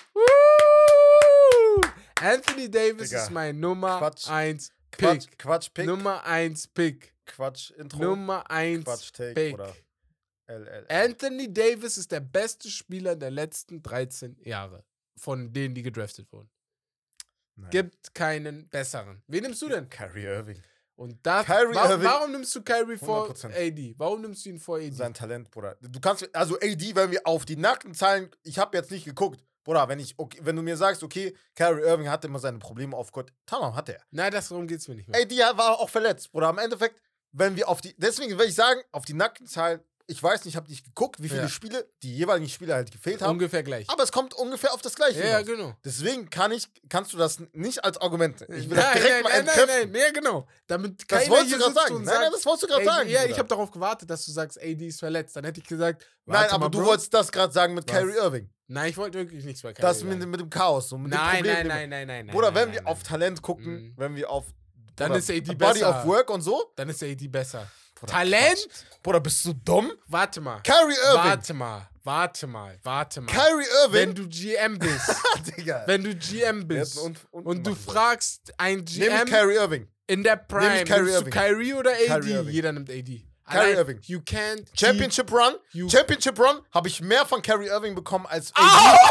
Woo! Anthony Davis Digga, ist mein Nummer Quatsch. 1 Pick. Quatsch-Pick. Nummer 1 Pick. Quatsch-Intro. Nummer 1 Quatsch-Take Pick. oder LL. Anthony Davis ist der beste Spieler der letzten 13 Jahre. Von denen, die gedraftet wurden. Nein. Gibt keinen besseren. Wen nimmst du denn? Kyrie Irving. Und das, Irving. warum nimmst du Kyrie vor 100%. AD? Warum nimmst du ihn vor AD? Sein Talent, Bruder. Du kannst, also AD, wenn wir auf die nackten Zahlen, ich habe jetzt nicht geguckt, Bruder, wenn du mir sagst, okay, Kyrie Irving hatte immer seine Probleme auf Court, tamam, hat er. Nein, darum geht's mir nicht mehr. AD war auch verletzt, Bruder. Im Endeffekt, deswegen will ich sagen, auf die nackten Zahlen, ich weiß nicht, ich habe nicht geguckt, wie viele Spiele die jeweiligen Spieler halt gefehlt haben. Ungefähr gleich. Aber es kommt ungefähr auf das Gleiche. Ja, hinaus. genau. Deswegen kannst du das nicht als Argument. Ich will das direkt mal entkräften. Nein, ja, genau. Damit Das wolltest du gerade sagen. Nein, das wolltest du gerade sagen. Ja, ich habe darauf gewartet, dass du sagst, AD ist verletzt. Dann hätte ich gesagt, nein, aber du wolltest das gerade sagen mit Kyrie Irving. Nein, ich wollte wirklich nichts bei Kyrie Irving. Das mit dem Chaos. So, mit nein, dem Problem, nein. Bruder, wenn wir auf Talent gucken, wenn wir auf dann ist AD Body besser. of Work und so, dann ist AD besser. Bruder, Talent? Quatsch. Bruder, bist du dumm? Warte mal. Kyrie Irving. Warte mal. Kyrie Irving. Wenn du GM bist. Digga. Wenn du GM bist und du fragst ein GM Nehme ich Kyrie Irving. in der Prime, nimmst du Kyrie oder AD? Kyrie Irving. Jeder nimmt AD. Kyrie Irving. You can't Championship Run habe ich mehr von Kyrie Irving bekommen als AD.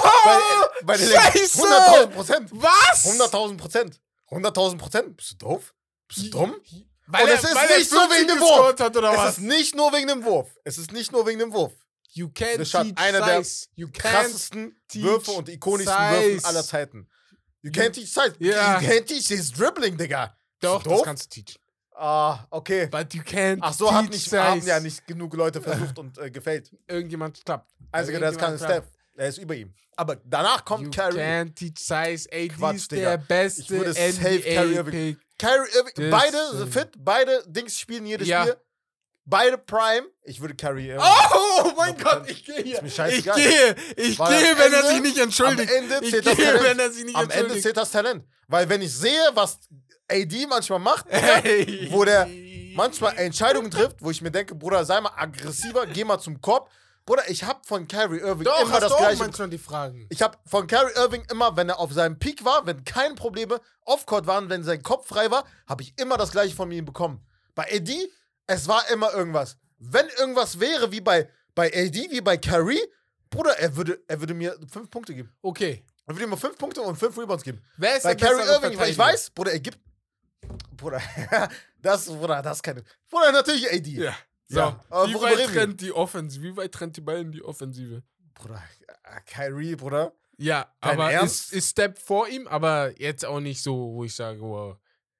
Bei den Scheiße! 100.000%. Was? 100.000%. 100.000%. Bist du doof? Bist du dumm? Weil es ist nicht so wegen dem Wurf. Wurf. Es ist nicht nur wegen dem Wurf. You can't Das ist einer der krassesten Würfe und ikonischsten Würfen aller Zeiten. You can't teach size. Yeah. You can't teach his dribbling, Digga. Doch, das kannst du teachen. Ah, okay. But you can't Ach so, haben ja nicht genug Leute versucht und gefällt. Irgendjemand klappt. Also, der ist kein Steph. Er ist über ihm. Aber danach kommt Kyrie. You can't teach size. AD Quatsch, ist Digga. der beste Ich würde safe Kyrie Irving. NBA-Pick. Kyrie Irving, beide sind fit, beide Dings spielen jedes Spiel. Beide Prime. Ich würde Kyrie Irving. Oh mein Gott, ich gehe hier. Ist mir scheißegal. Ich gehe, wenn er sich nicht entschuldigt. Am Ende zählt das Talent. Am Ende zählt das Talent. Weil wenn ich sehe, was AD manchmal macht, wo der manchmal Entscheidungen trifft, wo ich mir denke, Bruder, sei mal aggressiver, geh mal zum Korb. Bruder, ich hab von Kyrie Irving immer das Gleiche. manchmal die Fragen. Ich hab von Kyrie Irving immer, wenn er auf seinem Peak war, wenn keine Probleme off-court waren, wenn sein Kopf frei war, habe ich immer das Gleiche von ihm bekommen. Bei AD, es war immer irgendwas. Wenn irgendwas wäre, wie bei AD, wie bei Kyrie, Bruder, er würde mir 5 Punkte geben. Okay. Er würde mir 5 Punkte und 5 Rebounds geben. Wer ist bei der Kyrie bessere Irving, weil ich weiß, Bruder, er gibt. Bruder, das ist keine. Bruder, natürlich AD. Ja. So, Ja, aber wie worüber weit reden wir? trennt die Offensive? Wie weit trennt die Ball in die Offensive? Bruder, Kyrie, Bruder. Ja, Dein aber Ernst? ist Step vor ihm, aber jetzt auch nicht so, wo ich sage, wow.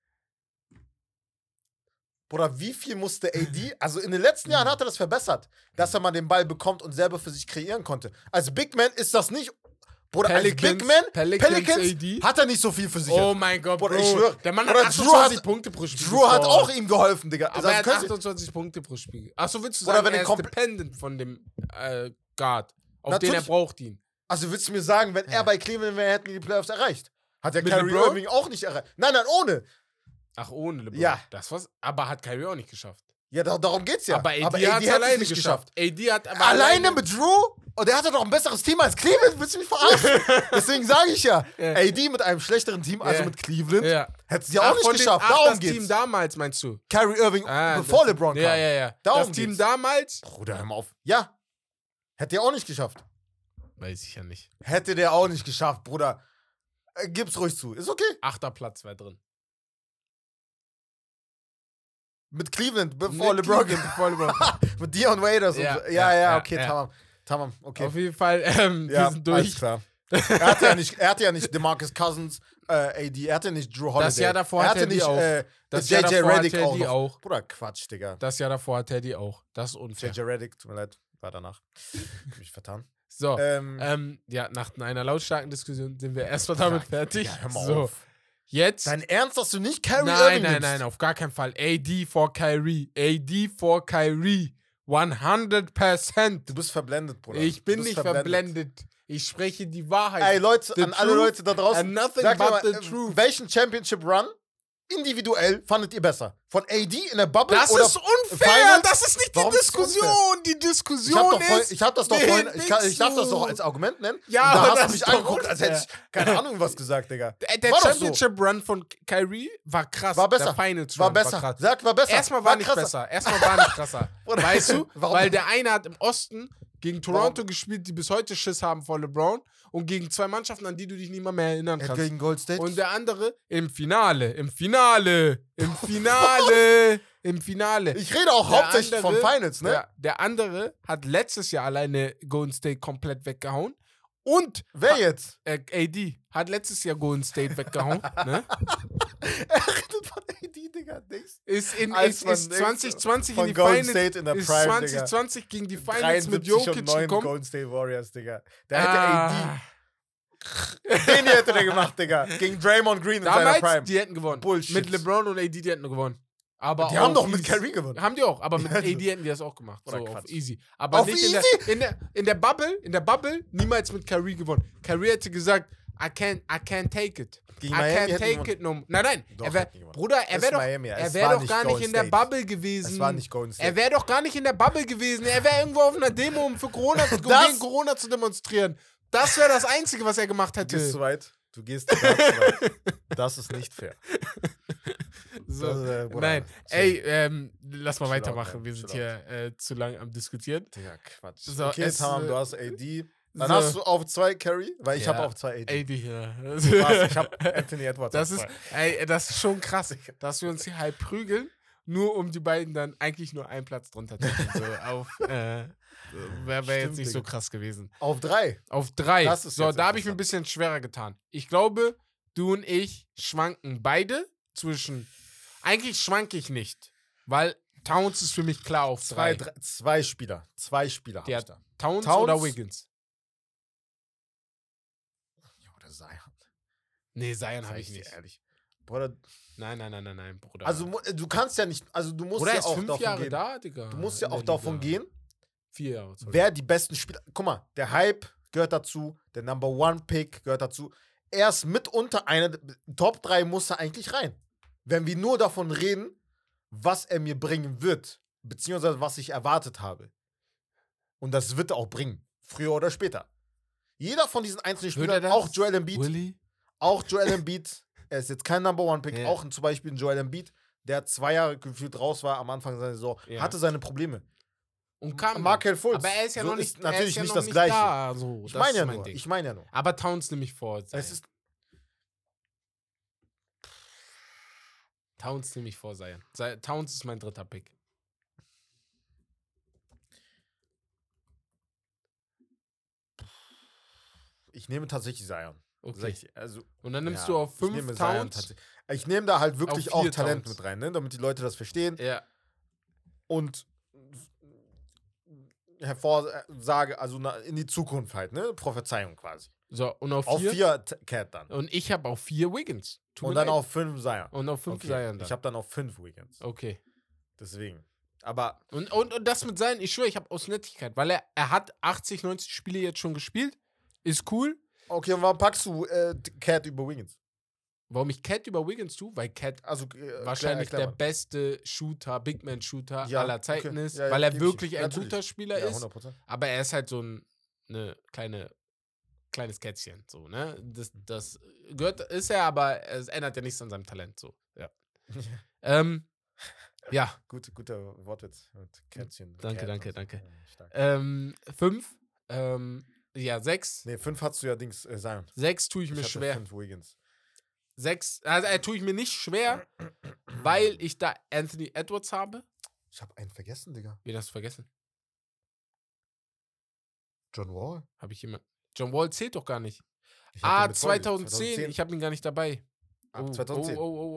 Bruder, wie viel musste AD, also in den letzten Jahren hat er das verbessert, dass er mal den Ball bekommt und selber für sich kreieren konnte. Als Big Man ist das nicht, Bruder, Pelicans, als Big Man, Pelicans AD? hat er nicht so viel für sich. Oh mein Gott, Bruder, Bro. ich schwör. Der Mann Bruder, hat 28 Punkte pro Spiel. Drew hat gescored. auch ihm geholfen, Digga. Aber er hat Also, 28 Punkte pro Spiel. Achso, willst du Oder sagen, wenn er er ist komplett- dependent von dem Guard, auf den Natürlich. er braucht ihn. also willst du mir sagen, wenn er bei Cleveland wäre, hätten die Playoffs erreicht? Hat der Mit Kyrie LeBron? Irving auch nicht erreicht. Nein, ohne. Ach, ohne LeBron. Ja. Das war's. Aber hat Kyrie auch nicht geschafft. Ja, darum geht's ja. Aber AD hat hat es es alleine nicht geschafft. AD hat aber Alleine mit Drew? Und der hatte doch ein besseres Team als Cleveland. Willst du mich verarschen? Deswegen sage ich ja, Ja. AD mit einem schlechteren Team, also Ja. mit Cleveland, Ja. hätte es ja auch nicht von geschafft. Dem, Darum das geht's. Team damals, meinst du? Kyrie Irving, bevor das- LeBron kam. Ja. Darum das Team geht's. damals? Bruder, hör mal auf. Ja. Hätte er auch nicht geschafft. Weiß ich ja nicht. Hätte der auch nicht geschafft, Bruder. Gib's ruhig zu. Ist okay. 8. Platz wäre drin. Mit Cleveland, bevor Mit LeBron Cleveland, bevor LeBron. mit Dion Waiters und Ja, so. ja, Ja, okay, ja. Tamam, okay. Auf jeden Fall, wir sind Alles durch. klar. Er hatte ja nicht DeMarcus Cousins, AD, er hatte nicht Drew Holiday. Das Jahr davor hatte er die nicht auch. Das JJ Jahr davor Redick hatte er auch die noch. auch. Bruder, Quatsch, Digga. Das Jahr davor hat Teddy auch. Das ist unfair. JJ Redick, tut mir leid, war danach. Hab mich vertan. So, Ähm, ja, nach einer lautstarken Diskussion sind wir erstmal damit fertig. Ja, hör mal so, auf. jetzt. Dein Ernst, dass du nicht Kyrie Irving nimmst? Nein, auf gar keinen Fall. AD for Kyrie. AD for Kyrie. 100%. Du bist verblendet, Bruder. Ich Du bin bist nicht verblendet. Ich spreche die Wahrheit. Ey, Leute, The an alle truth Leute da draußen, and nothing sagt mir but mal, the truth. welchen Championship Run individuell fandet ihr besser? Von AD in der Bubble Das oder ist unfair. Finals? Das ist nicht die Warum ist es Diskussion. Die Ich Diskussion ist. hab das doch wen vorhin, ich darf willst das du? doch als Argument nennen. Ja, und da aber hast das du mich ist doch angeguckt, als hätte ich keine Ahnung was gesagt, Digga. Der War doch so. Championship Run von Kyrie war krass. War besser. Der Finals War Run besser. War krass. Sag, war besser. Erstmal war nicht krasser. besser. Erstmal war nicht krasser. Bruder, Weißt du? warum? Weil der eine hat im Osten gegen Toronto gespielt, die bis heute Schiss haben vor LeBron. Und gegen zwei Mannschaften, an die du dich nicht mal mehr erinnern kannst. Gegen Gold State. Und der andere im Finale. Ich rede auch Der hauptsächlich andere- von Finals, ne? Der andere hat letztes Jahr alleine Golden State komplett weggehauen. Und Wer jetzt? AD hat letztes Jahr Golden State weggehauen. Ne? Er redet von AD, Digga. Nix. Ist Als man 2020 von in die Golden Finals. State in der Ist Prime, 2020 gegen die Finals mit 73 und Jokic 9 gekommen. Golden State Warriors, Digga. Der hätte AD. Ah, Den hier hätte der gemacht, Digga. Gegen Draymond Green in seiner damals, Prime. die hätten gewonnen. Bullshit. Mit LeBron und AD, die hätten gewonnen. Aber Die haben auf doch mit easy. Kyrie gewonnen. Haben die auch, aber mit Ja, AD hätten die das auch gemacht. Oder So, auf Quatsch. easy. Aber Auf nicht in der Bubble, niemals mit Kyrie gewonnen. Kyrie hätte gesagt, I can't take it. Gegen I Miami can't hätten die take it no. Nein. Doch, Er wär, hätten die gewonnen. Bruder, Es ist Miami, er es wäre war doch nicht gar nicht Golden in der State. Bubble gewesen. Es war nicht Golden State. Er wäre doch gar nicht in der Bubble gewesen. Er wäre irgendwo auf einer Demo, um gegen Corona zu demonstrieren. Das wäre das Einzige, was er gemacht Du hätte. gehst zu weit. Du gehst da zu weit. Das ist nicht fair. So. Bruder, Nein, chill. ey, lass mal Chill out, weitermachen. man. Wir sind Chill hier zu lang am Diskutieren. Digga, Quatsch. So, Okay, es, Tamam, du hast AD. Dann so. hast du auf 2 Carry, weil ich Ja. habe auf 2 AD. AD hier. Was? Ich habe Anthony Edwards Das auf ist, 2. das ist schon krass, dass wir uns hier halb prügeln, nur um die beiden dann eigentlich nur einen Platz drunter zu tun. So auf, wäre jetzt Stimmt, nicht so Digga. krass gewesen. Auf 3. Auf 3. Das ist So, jetzt da habe ich mir ein interessant. bisschen schwerer getan. Ich glaube, du und ich schwanken beide zwischen. Eigentlich schwanke ich nicht, weil Towns ist für mich klar auf 3. 2 Spieler. 2 Spieler habe Der ich da. Towns Towns? oder Wiggins? Ja, oder Zion. Nee, Zion Sag habe ich ich dir nicht. ehrlich. Bruder, Nein, Bruder. also du kannst ja nicht, also du musst Bruder ja ist auch 5 davon Jahre gehen. da, Digga. Du musst ja in auch der davon Liga. gehen, 4 Jahre. sorry. wer die besten Spieler. Guck mal, der Hype gehört dazu, der Number One Pick gehört dazu. Er ist mitunter eine Top 3 muss er eigentlich rein. Wenn wir nur davon reden, was er mir bringen wird, beziehungsweise was ich erwartet habe. Und das wird er auch bringen, früher oder später. Jeder von diesen einzelnen Würde er Spielern, das? auch Joel Embiid, Willi? er ist jetzt kein Number One Pick, Ja. auch zum Beispiel ein Joel Embiid, der 2 Jahre gefühlt raus war am Anfang seiner Saison, Ja. hatte seine Probleme. Und kam Markel Fultz. Aber er ist ja so noch nicht, ist natürlich er ist ja nicht noch das nicht Gleiche. Da, so. Ich Das meine ist ja mein nur, Ding. ich meine ja nur. Aber Towns nehme ich vor. Es ist Towns nehme ich vor, Zion. Towns ist mein 3. Pick. ich nehme tatsächlich Zion. Okay. Also, Und dann nimmst ja, du auf ich 5 nehme Zion Towns. tatsächlich. Ich nehme da halt wirklich Auf auch 4 Talent Towns. mit rein, ne? Damit die Leute das verstehen. Ja. Und hervorsage, also in die Zukunft halt, ne? Prophezeiung quasi. So, und auf Auf 4. 4 Cat dann. Und ich habe auf 4 Wiggins. Tut Und mir dann leid. auf 5 Zion. Und auf 5 Okay. Zion dann. Ich habe dann auf 5 Weekends. Okay. Deswegen. Aber Und das mit Zion, ich schwöre, ich habe aus Nettigkeit, weil er hat 80, 90 Spiele jetzt schon gespielt. Ist cool. okay, und warum packst du Cat über Wiggins? Warum ich Cat über Wiggins tue? Weil Cat Also wahrscheinlich erklär der mal. beste Shooter, Big Man Shooter Ja, aller Zeiten okay. ist, Ja, ja, weil er geb ich wirklich ihm. ein Natürlich. guter Spieler Ja, ist. 100%. Aber er ist halt so eine kleines Kätzchen, so, ne? Das ist er, aber es ändert ja nichts an seinem Talent, so, ja. Ja, Guter Wortwitz. Mit Kätzchen. Danke, Cat danke. und so. Ja, stark. 5, ja, 6. Nee, 5 hast du ja Dings Zion. 6 tue ich mir hatte schwer. 5 Wiggins. 6, also tue ich mir nicht schwer, weil ich da Anthony Edwards habe. Ich habe einen vergessen, Digga. Wen hast du vergessen? John Wall. Habe ich jemand? John Wall zählt doch gar nicht. Ich hab den mit 2010. Ich habe ihn gar nicht dabei. Ab 2010.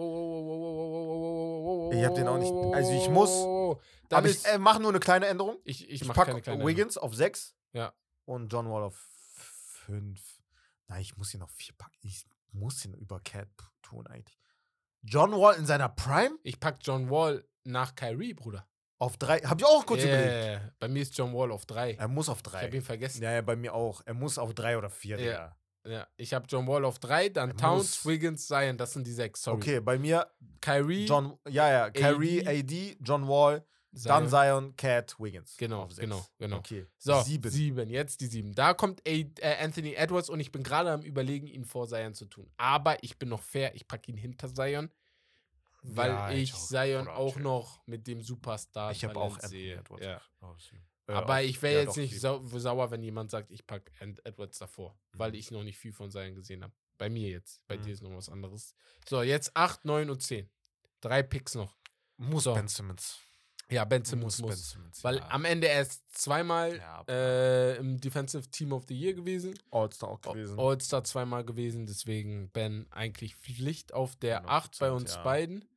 Ich Ich hab den auch nicht. Also ich muss. Dann Aber ich ist, mache nur eine kleine Änderung. ich Ich mache packe keine kleine Wiggins auf 6. Ja. Und John Wall auf 5. Nein, ich muss ihn auf 4 packen. Ich muss ihn über Cat tun eigentlich. John Wall in seiner Prime Ich pack John Wall nach Kyrie, Bruder. auf 3. Hab ich auch kurz überlegt. Yeah. Bei mir ist John Wall auf 3. Er muss auf Ich habe 3. ihn vergessen. Ja, bei mir auch. Er muss auf 3 oder 4, Ja. Digga. Ja. Ich habe John Wall auf 3, dann Er Towns, muss. Wiggins, Zion. Das sind die 6. Sorry. Okay, bei mir Kyrie, Kyrie, AD, John Wall, dann Zion, Cat, Wiggins. Genau, auf 6. genau. Okay. So, 7. 7. Jetzt die 7. Da kommt Anthony Edwards und ich bin gerade am Überlegen, ihn vor Zion zu tun. Aber ich bin noch fair, ich packe ihn hinter Zion, weil Ja, ich auch. Zion Oder auch chill. noch mit dem Superstar Ich habe auch Talent Anthony sehe. Edwards. Ja. auf 7. Aber ich wäre ja, jetzt doch, nicht 7. sauer, wenn jemand sagt, ich packe Edwards davor, weil Mhm. ich noch nicht viel von Zion gesehen habe. Bei mir jetzt. Bei Mhm. dir ist noch was anderes. So, jetzt 8, 9 und 10. 3 Picks noch. Muss So. Ben Simmons. Ja, Ben Simmons Ben muss. Simmons, Weil ja. am Ende er ist zweimal Ja, im Defensive Team of the Year gewesen. All-Star auch gewesen. All-Star zweimal gewesen, deswegen Ben eigentlich Pflicht auf der 8 bei 100%, uns ja. beiden.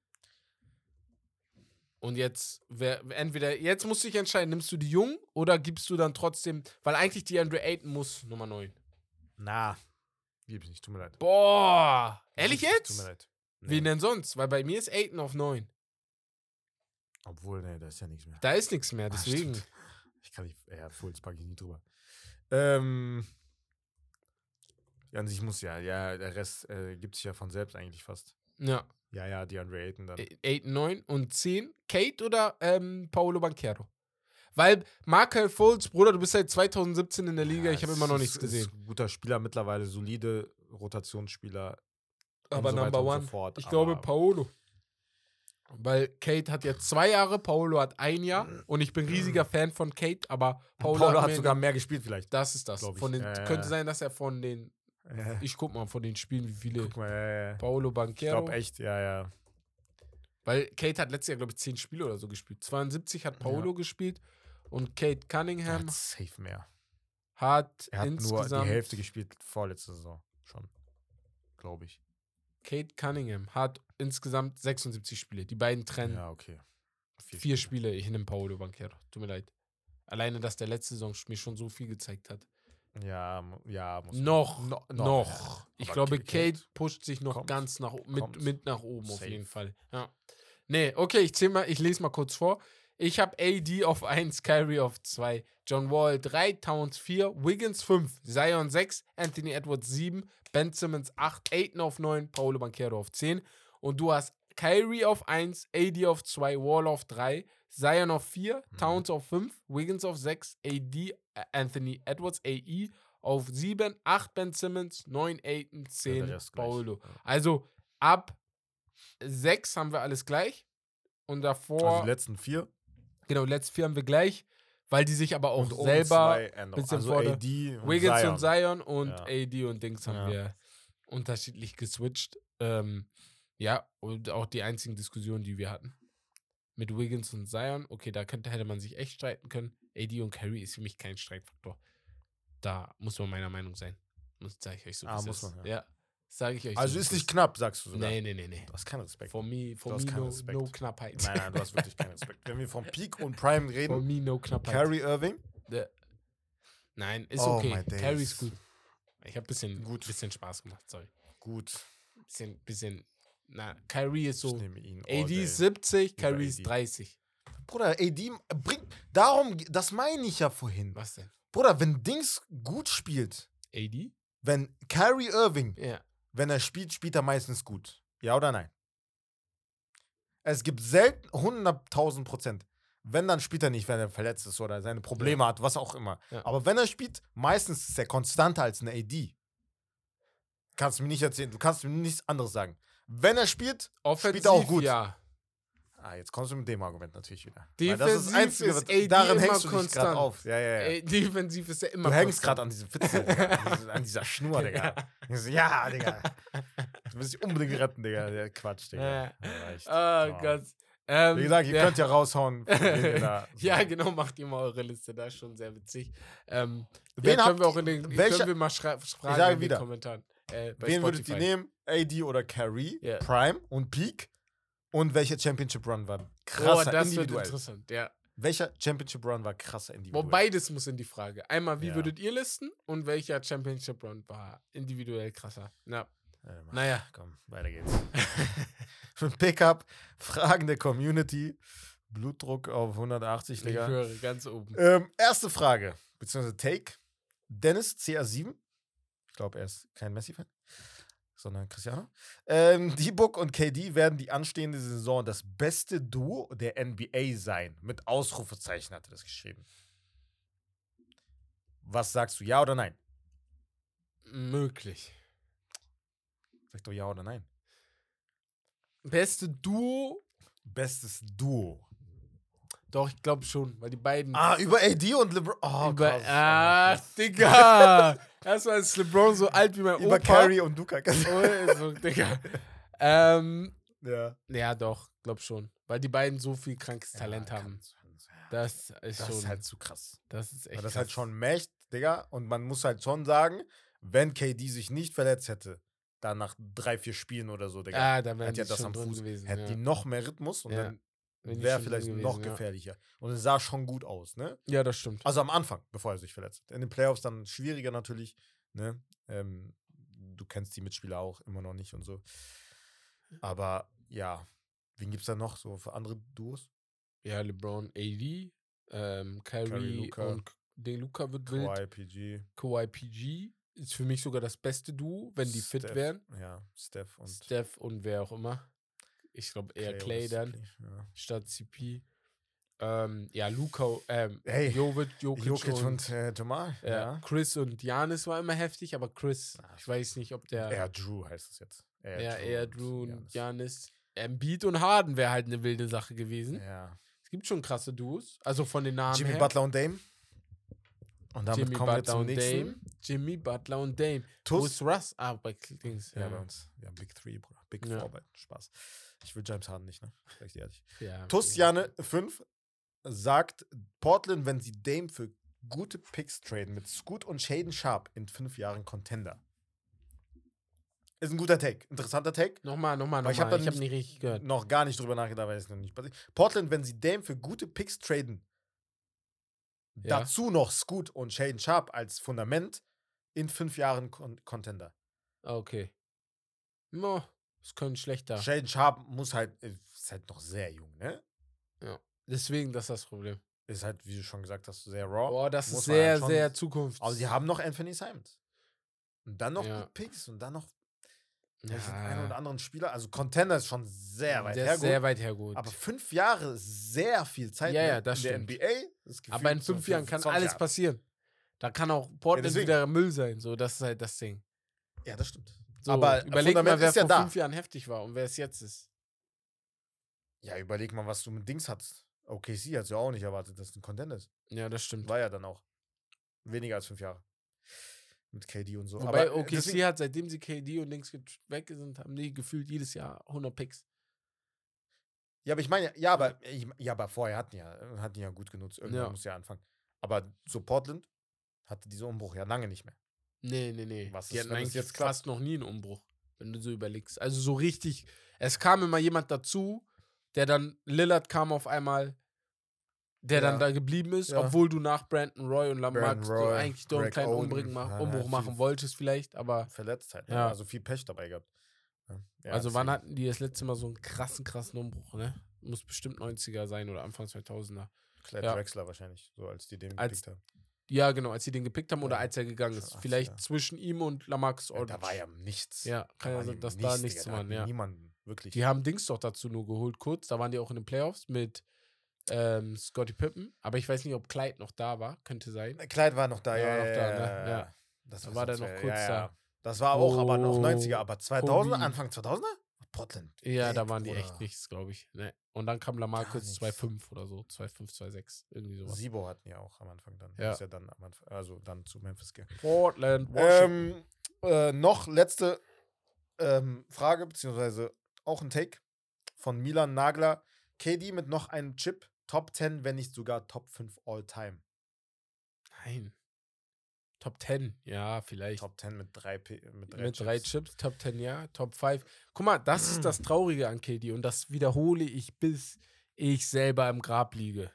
Und jetzt, jetzt musst du dich entscheiden, nimmst du die Jungen oder gibst du dann trotzdem, weil eigentlich DeAndre Ayton muss Nummer 9. Na, gib ich nicht, tut mir leid. Boah, ehrlich Tut mir jetzt? leid. Nee. Wen denn sonst? Weil bei mir ist Ayton auf 9. Obwohl, nee, da ist ja nichts mehr. Da ist nichts mehr, Ah, deswegen. stimmt. Ich kann nicht, ja, Fulls packe ich nie drüber. Ja, an sich muss ja, der Rest gibt sich ja von selbst eigentlich fast. Ja. Ja, DeAndre Ayton dann. 8, 9 und 10. Kate oder Paolo Banchero? Weil Markel Fultz, Bruder, du bist seit 2017 in der Liga, ich habe immer noch nichts gesehen. Ist ein guter Spieler mittlerweile, solide Rotationsspieler. Aber und so Number weiter und One, so fort. ich Aber glaube Paolo. Weil Kate hat jetzt 2 Jahre, Paolo hat 1 Jahr und ich bin riesiger Fan von Kate, aber Paolo hat mir sogar mehr gespielt vielleicht. Das ist das. glaub ich. Von den, Ja. Könnte sein, dass er von den, Ja. ich guck mal von den Spielen, wie viele Guck mal, Paolo Ich Banchero. glaube echt, ja. Weil Kate hat letztes Jahr, glaube ich, 10 Spiele oder so gespielt. 72 hat Paolo gespielt und Kate Er Cunningham hat safe mehr. hat Er hat nur die insgesamt Hälfte gespielt vorletzte Saison schon. Glaube ich. Kate Cunningham hat insgesamt 76 Spiele. Die beiden trennen Ja, okay. 4 Spiele. Ich nehme Paolo Banchero. Tut mir leid. Alleine, dass der letzte Saison mir schon so viel gezeigt hat. Ja, muss Noch. Ja. Ich Aber glaube, Kate pusht sich noch kommt, ganz kommt. mit nach oben auf Safe. jeden Fall. Ja. Nee, okay, ich lese mal kurz vor. Ich habe AD auf 1, Kyrie auf 2, John Wall 3, Towns 4, Wiggins 5, Zion 6, Anthony Edwards 7, Ben Simmons 8, Ayton auf 9, Paolo Banchero auf 10. Und du hast Kyrie auf 1, AD auf 2, Wall auf 3, Zion auf 4, Towns auf 5, Wiggins auf 6, Anthony Edwards, AE auf 7, 8 Ben Simmons, 9 Ayton, 10 der Rest gleich. Paolo. Ja. Also ab 6 haben wir alles gleich. Und davor, Also die letzten 4. genau, die letzten 4 haben wir gleich, weil die sich aber auch Und oben selber 2 Änderungen. bisschen Also vor der- AD und Wiggins Zion. und Zion und Ja. AD und Dings haben Ja. wir unterschiedlich geswitcht. Ja, und auch die einzigen Diskussionen, die wir hatten. Mit Wiggins und Zion, okay, da hätte man sich echt streiten können. AD und Curry ist für mich kein Streitfaktor. Da muss man meiner Meinung sein. Sage ich euch so. wie es muss ist. man, Ja, sage ich euch Also so. ist wie es nicht knapp, sagst du sogar. Nee. Du hast keinen Respekt. For me hast keinen Respekt. no Knappheit. Nein, du hast wirklich keinen Respekt. Wenn wir vom Peak und Prime For reden, me no Knappheit. Kyrie Irving. Nein, ist Oh okay. my days. Curry ist gut. Ich habe bisschen Spaß gemacht, sorry. Gut. Bisschen, Kyrie ist Ich so, nehme ihn. all AD day. ist 70, Über Kyrie ist AD. 30. Bruder, AD bringt. Darum, das meine ich ja vorhin. Was denn? Bruder, wenn Dings gut spielt, AD? wenn Kyrie Irving, Ja. wenn er spielt, spielt er meistens gut. Ja oder nein? Es gibt selten 100.000%. Wenn, dann spielt er nicht, wenn er verletzt ist oder seine Probleme hat, was auch immer. Ja. Aber wenn er spielt, meistens ist er konstanter als eine AD. Kannst du mir nicht erzählen, du kannst mir nichts anderes sagen. Wenn er spielt, Offensiv, spielt er auch gut. ja. Jetzt kommst du mit dem Argument natürlich wieder. Defensiv Weil das ist das Einzige, ist AD daran immer hängst du dich konstant. gerade auf. Ja. Defensiv ist er immer Du hängst konstant. gerade an diesem Fitzel, Digga. an dieser Schnur, Digga. Ja, Digga. Du willst dich unbedingt retten, Digga. Der Quatsch, Digga. Ja. Reicht. Oh Gott. Wie gesagt, ihr könnt ja raushauen. wen ihr da so- Ja, genau, macht ihr mal eure Liste, das ist schon sehr witzig. Wen Können habt wir auch in den, welcher- können wir mal fragen sage in den wieder. Kommentaren. Bei Wen würdet ihr Spotify. nehmen? AD oder Kyrie? Ja. Prime und Peak? Und welcher Championship Run war Oh, krasser das wird individuell? interessant, ja. Welcher Championship Run war krasser individuell? Beides muss in die Frage. Einmal, wie Ja. würdet ihr listen und welcher Championship Run war individuell krasser? Ja. Naja. Komm, weiter geht's. Für Pickup, Fragen der Community. Blutdruck auf 180, Ich Digga. höre ganz oben. Erste Frage, beziehungsweise Take. Dennis CR7. Ich glaube, er ist kein Messi-Fan, sondern Cristiano. D-Book und KD werden die anstehende Saison das beste Duo der NBA sein. Mit Ausrufezeichen hat er das geschrieben. Was sagst du, ja oder nein? Möglich. Sag doch ja oder nein. Beste Duo? Bestes Duo. Doch, ich glaube schon, weil die beiden. Über AD und LeBron. Oh, über, krass. Digga! Erstmal ist LeBron so alt wie mein Über Opa. Curry und Luka. Oh, so, Digga. Ja. Ja, doch, glaub schon. Weil die beiden so viel krankes Talent haben. Das ist Das schon. ist halt zu krass. Das ist echt Das ist krass. halt schon Mächt, Digga. Und man muss halt schon sagen, wenn KD sich nicht verletzt hätte, dann nach 3-4 Spielen oder so, Digga, Ah, da wären hätte die ja das schon am drin Fuß, gewesen. hätte Ja. die noch mehr Rhythmus und Ja, dann wären die wäre schon drin vielleicht noch gewesen, ja. gefährlicher. Und es sah schon gut aus, ne? Ja, das stimmt. Also am Anfang, bevor er sich verletzt hat. In den Playoffs dann schwieriger natürlich, ne? Du kennst die Mitspieler auch immer noch nicht und so. Aber ja, wen gibt's da noch so für andere Duos? Ja, LeBron, AD, Kyrie Luka. und den Luka wird wild. Kawhi, PG, Kawhi PG ist für mich sogar das beste Duo, wenn die fit Steph, wären. Ja, Steph und Steph und wer auch immer. Ich glaube eher oder Clay dann, CP, ja. statt CP. Ja, Luka, Hey, Jokic und Jamal, ja. Chris und Giannis war immer heftig, aber Chris, Ah, ich weiß nicht, ob der. Eher Drew heißt es jetzt. Eher Drew und Giannis. Giannis. Embiid und Harden wäre halt eine wilde Sache gewesen. Ja. Es gibt schon krasse Duos, also von den Namen Jimmy her. Butler und Dame. Und damit Jimmy kommen wir Butler zum und nächsten. Dame. Jimmy Butler und Dame. Wo Tuss. ist Russ? Ah, bei Dings. Ja, bei uns. Wir haben Big 3, Bruder. Big Ja. 4, Spaß. Ich will James Harden nicht, ne? Sag ich dir ehrlich. Ja, Tuss Janne 5 sagt, Portland, wenn sie Dame für gute Picks traden mit Scoot und Shaden Sharp in 5 Jahren Contender. Ist ein guter Take. Interessanter Take. Nochmal. Ich habe Ich habe nicht richtig gehört. noch gar nicht drüber nachgedacht, weil es noch nicht passiert. Portland, wenn sie Dame für gute Picks traden, Ja. dazu noch Scoot und Shaden Sharp als Fundament in 5 Jahren Contender. Okay. No, ist kein schlechter. Shaden Sharp ist halt noch sehr jung, ne? Deswegen, das ist das Problem. Ist halt, wie du schon gesagt hast, sehr raw. Boah, das Muss ist man halt sehr, schon- sehr Zukunft. Aber sie haben noch Anthony Simons. Und dann noch Ja. Good Picks und dann noch ja, den einen oder anderen Spieler. Also Contender ist schon sehr weit der her. ist sehr weit hergut. Aber 5 Jahre ist sehr viel Zeit. Ja, ne? ja, das in der stimmt. NBA. Ist Aber in gefühlt so 5 Jahren kann 20 alles Jahre. passieren. Da kann auch Portland deswegen. wieder Müll sein. So, das ist halt das Ding. Ja, das stimmt. So, Aber überleg Fundament mal, wer ist ja vor da. 5 Jahren heftig war und wer es jetzt ist. Ja, überleg mal, was du mit Dings hattest. OKC hat ja auch nicht erwartet, dass es ein Contender ist. Ja, das stimmt. War ja dann auch. Weniger als 5 Jahre. Mit KD und so. Wobei Aber OKC deswegen- hat, seitdem sie KD und Dings weg sind, haben die gefühlt jedes Jahr 100 Picks. Ja, aber ich meine, aber vorher hatten die ja gut genutzt. Irgendwann Ja. muss ja anfangen. Aber so Portland hatte diesen Umbruch ja lange nicht mehr. Nee. Was Die ist, hatten wenn es eigentlich jetzt klappt? fast noch nie einen Umbruch, wenn du so überlegst. Also so richtig, es kam immer jemand dazu, der dann, Lillard kam auf einmal, der Ja. dann da geblieben ist, Ja. obwohl du nach Brandon Roy und Lamarck so Roy, eigentlich doch einen Greg kleinen Oden, Umbruch ja, machen viel- wolltest vielleicht, aber Verletzt, ne? Ja. Also viel Pech dabei gehabt. Ja, also wann deswegen. hatten die das letzte Mal so einen krassen Umbruch, ne? Muss bestimmt 90er sein oder Anfang 2000er. Clyde Ja. Drexler wahrscheinlich, so als die den Als- gepickt haben. Ja, genau, als sie den gepickt haben oder Ja, als er gegangen schon ist. 80er. Vielleicht zwischen ihm und Lamarcus Ja, Aldridge. da war ja nichts. Ja, kann ja war sein, dass nichts, da Digga, nichts da war, hatten ja. Niemanden, wirklich. Die haben Dings doch dazu nur geholt, kurz. Da waren die auch in den Playoffs mit Scottie Pippen. Aber ich weiß nicht, ob Clyde noch da war. Könnte sein. Clyde war noch da, Ja, ja. noch da, ne? Ja. Das Da war der noch kurz da. Das war auch aber noch Wo 90er, aber 2000er, Kobe- Anfang 2000er? Portland. Ja, da Weg, waren die Bruder. echt nichts, glaube ich. Ne. Und dann kam Lamarcus nichts. 2,5 oder so. 2,5, 2,6. Irgendwie sowas. Sibo hatten ja auch am Anfang dann. Ja. Ist ja dann am Anfang, also dann zu Memphis gegangen. Portland, Washington. Noch letzte Frage, beziehungsweise auch ein Take von Milan Nagler. KD mit noch einem Chip, Top 10, wenn nicht sogar Top 5 All-Time. Nein. Top 10, ja, vielleicht. Top 10 mit drei Mit 3 Chips, Top 10, ja, Top 5. Guck mal, das ist das Traurige an KD und das wiederhole ich, bis ich selber im Grab liege.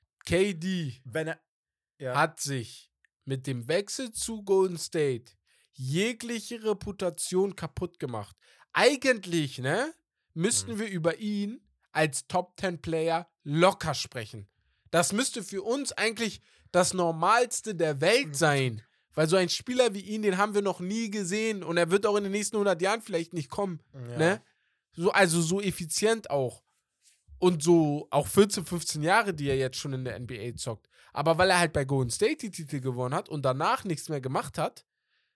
KD Wenn er. Ja. hat sich mit dem Wechsel zu Golden State jegliche Reputation kaputt gemacht. Eigentlich, ne, müssten wir über ihn als Top 10 Player locker sprechen. Das müsste für uns eigentlich das Normalste der Welt sein. Weil so ein Spieler wie ihn, den haben wir noch nie gesehen und er wird auch in den nächsten 100 Jahren vielleicht nicht kommen. Ja. Ne? Also so effizient auch. Und so auch 14, 15 Jahre, die er jetzt schon in der NBA zockt. Aber weil er halt bei Golden State die Titel gewonnen hat und danach nichts mehr gemacht hat,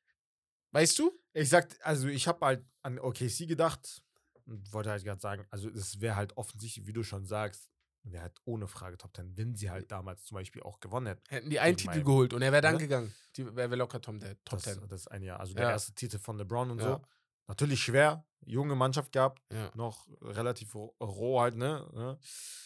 weißt du? Ich habe halt an OKC gedacht und wollte halt gerade sagen, also es wäre halt offensichtlich, wie du schon sagst, wäre halt ohne Frage Top 10, wenn sie halt damals zum Beispiel auch gewonnen hätten. Hätten die einen Gegen Titel Miami. geholt und er wäre dann Ja. gegangen. Er wäre locker Top 10. Das ist ein Jahr. Also der Ja. erste Titel von LeBron und Ja. so. Natürlich schwer, junge Mannschaft gehabt, Ja. noch relativ roh halt, ne?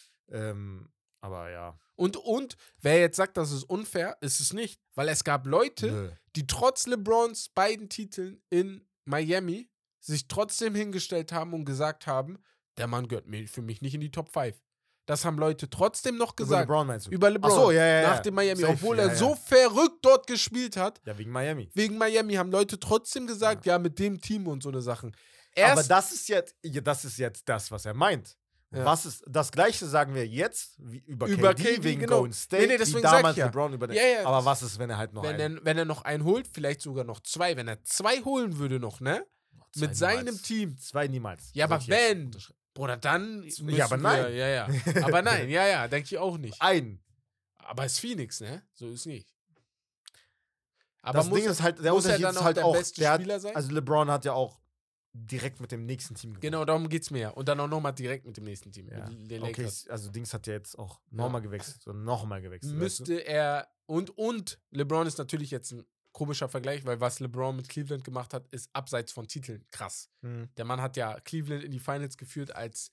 Aber ja. Und wer jetzt sagt, das ist unfair, ist es nicht. Weil es gab Leute, Nö. die trotz LeBrons beiden Titeln in Miami sich trotzdem hingestellt haben und gesagt haben, der Mann gehört für mich nicht in die Top 5. Das haben Leute trotzdem noch Über gesagt. LeBron meinst du? Über LeBron. Ach so, ja. Nach dem Miami. Safe, Obwohl ja, er so verrückt dort gespielt hat. Ja, wegen Miami. Wegen Miami haben Leute trotzdem gesagt, ja, mit dem Team und so eine Sachen. Aber das ist jetzt das, was er meint. Ja. Was ist das Gleiche sagen wir jetzt über KD wegen genau. Golden State, Nee, deswegen wie damals sag ich ja. LeBron über den. Ja, aber was ist, wenn er halt noch wenn er noch einen holt, vielleicht sogar noch 2. Wenn er 2 holen würde noch, ne? Mit seinem Team. 2 niemals. Ja, aber Sag ich jetzt. wenn. Bruder, dann. Ja, aber nein. Ja. Aber nein, ja, denke ich auch nicht. Aber es ist Phoenix, ne? So ist nicht. Aber das Ding ist halt, der muss er Unterschied dann ist auch halt der auch, beste Spieler sein? also LeBron hat ja auch direkt mit dem nächsten Team gewonnen. Genau, darum geht's mir ja. Und dann auch nochmal direkt mit dem nächsten Team. Ja. Mit den Okay, Lakers. also Dings hat ja jetzt auch nochmal gewechselt. So nochmal gewechselt. Müsste er. Und LeBron ist natürlich jetzt ein komischer Vergleich, weil was LeBron mit Cleveland gemacht hat, ist abseits von Titeln krass. Der Mann hat ja Cleveland in die Finals geführt als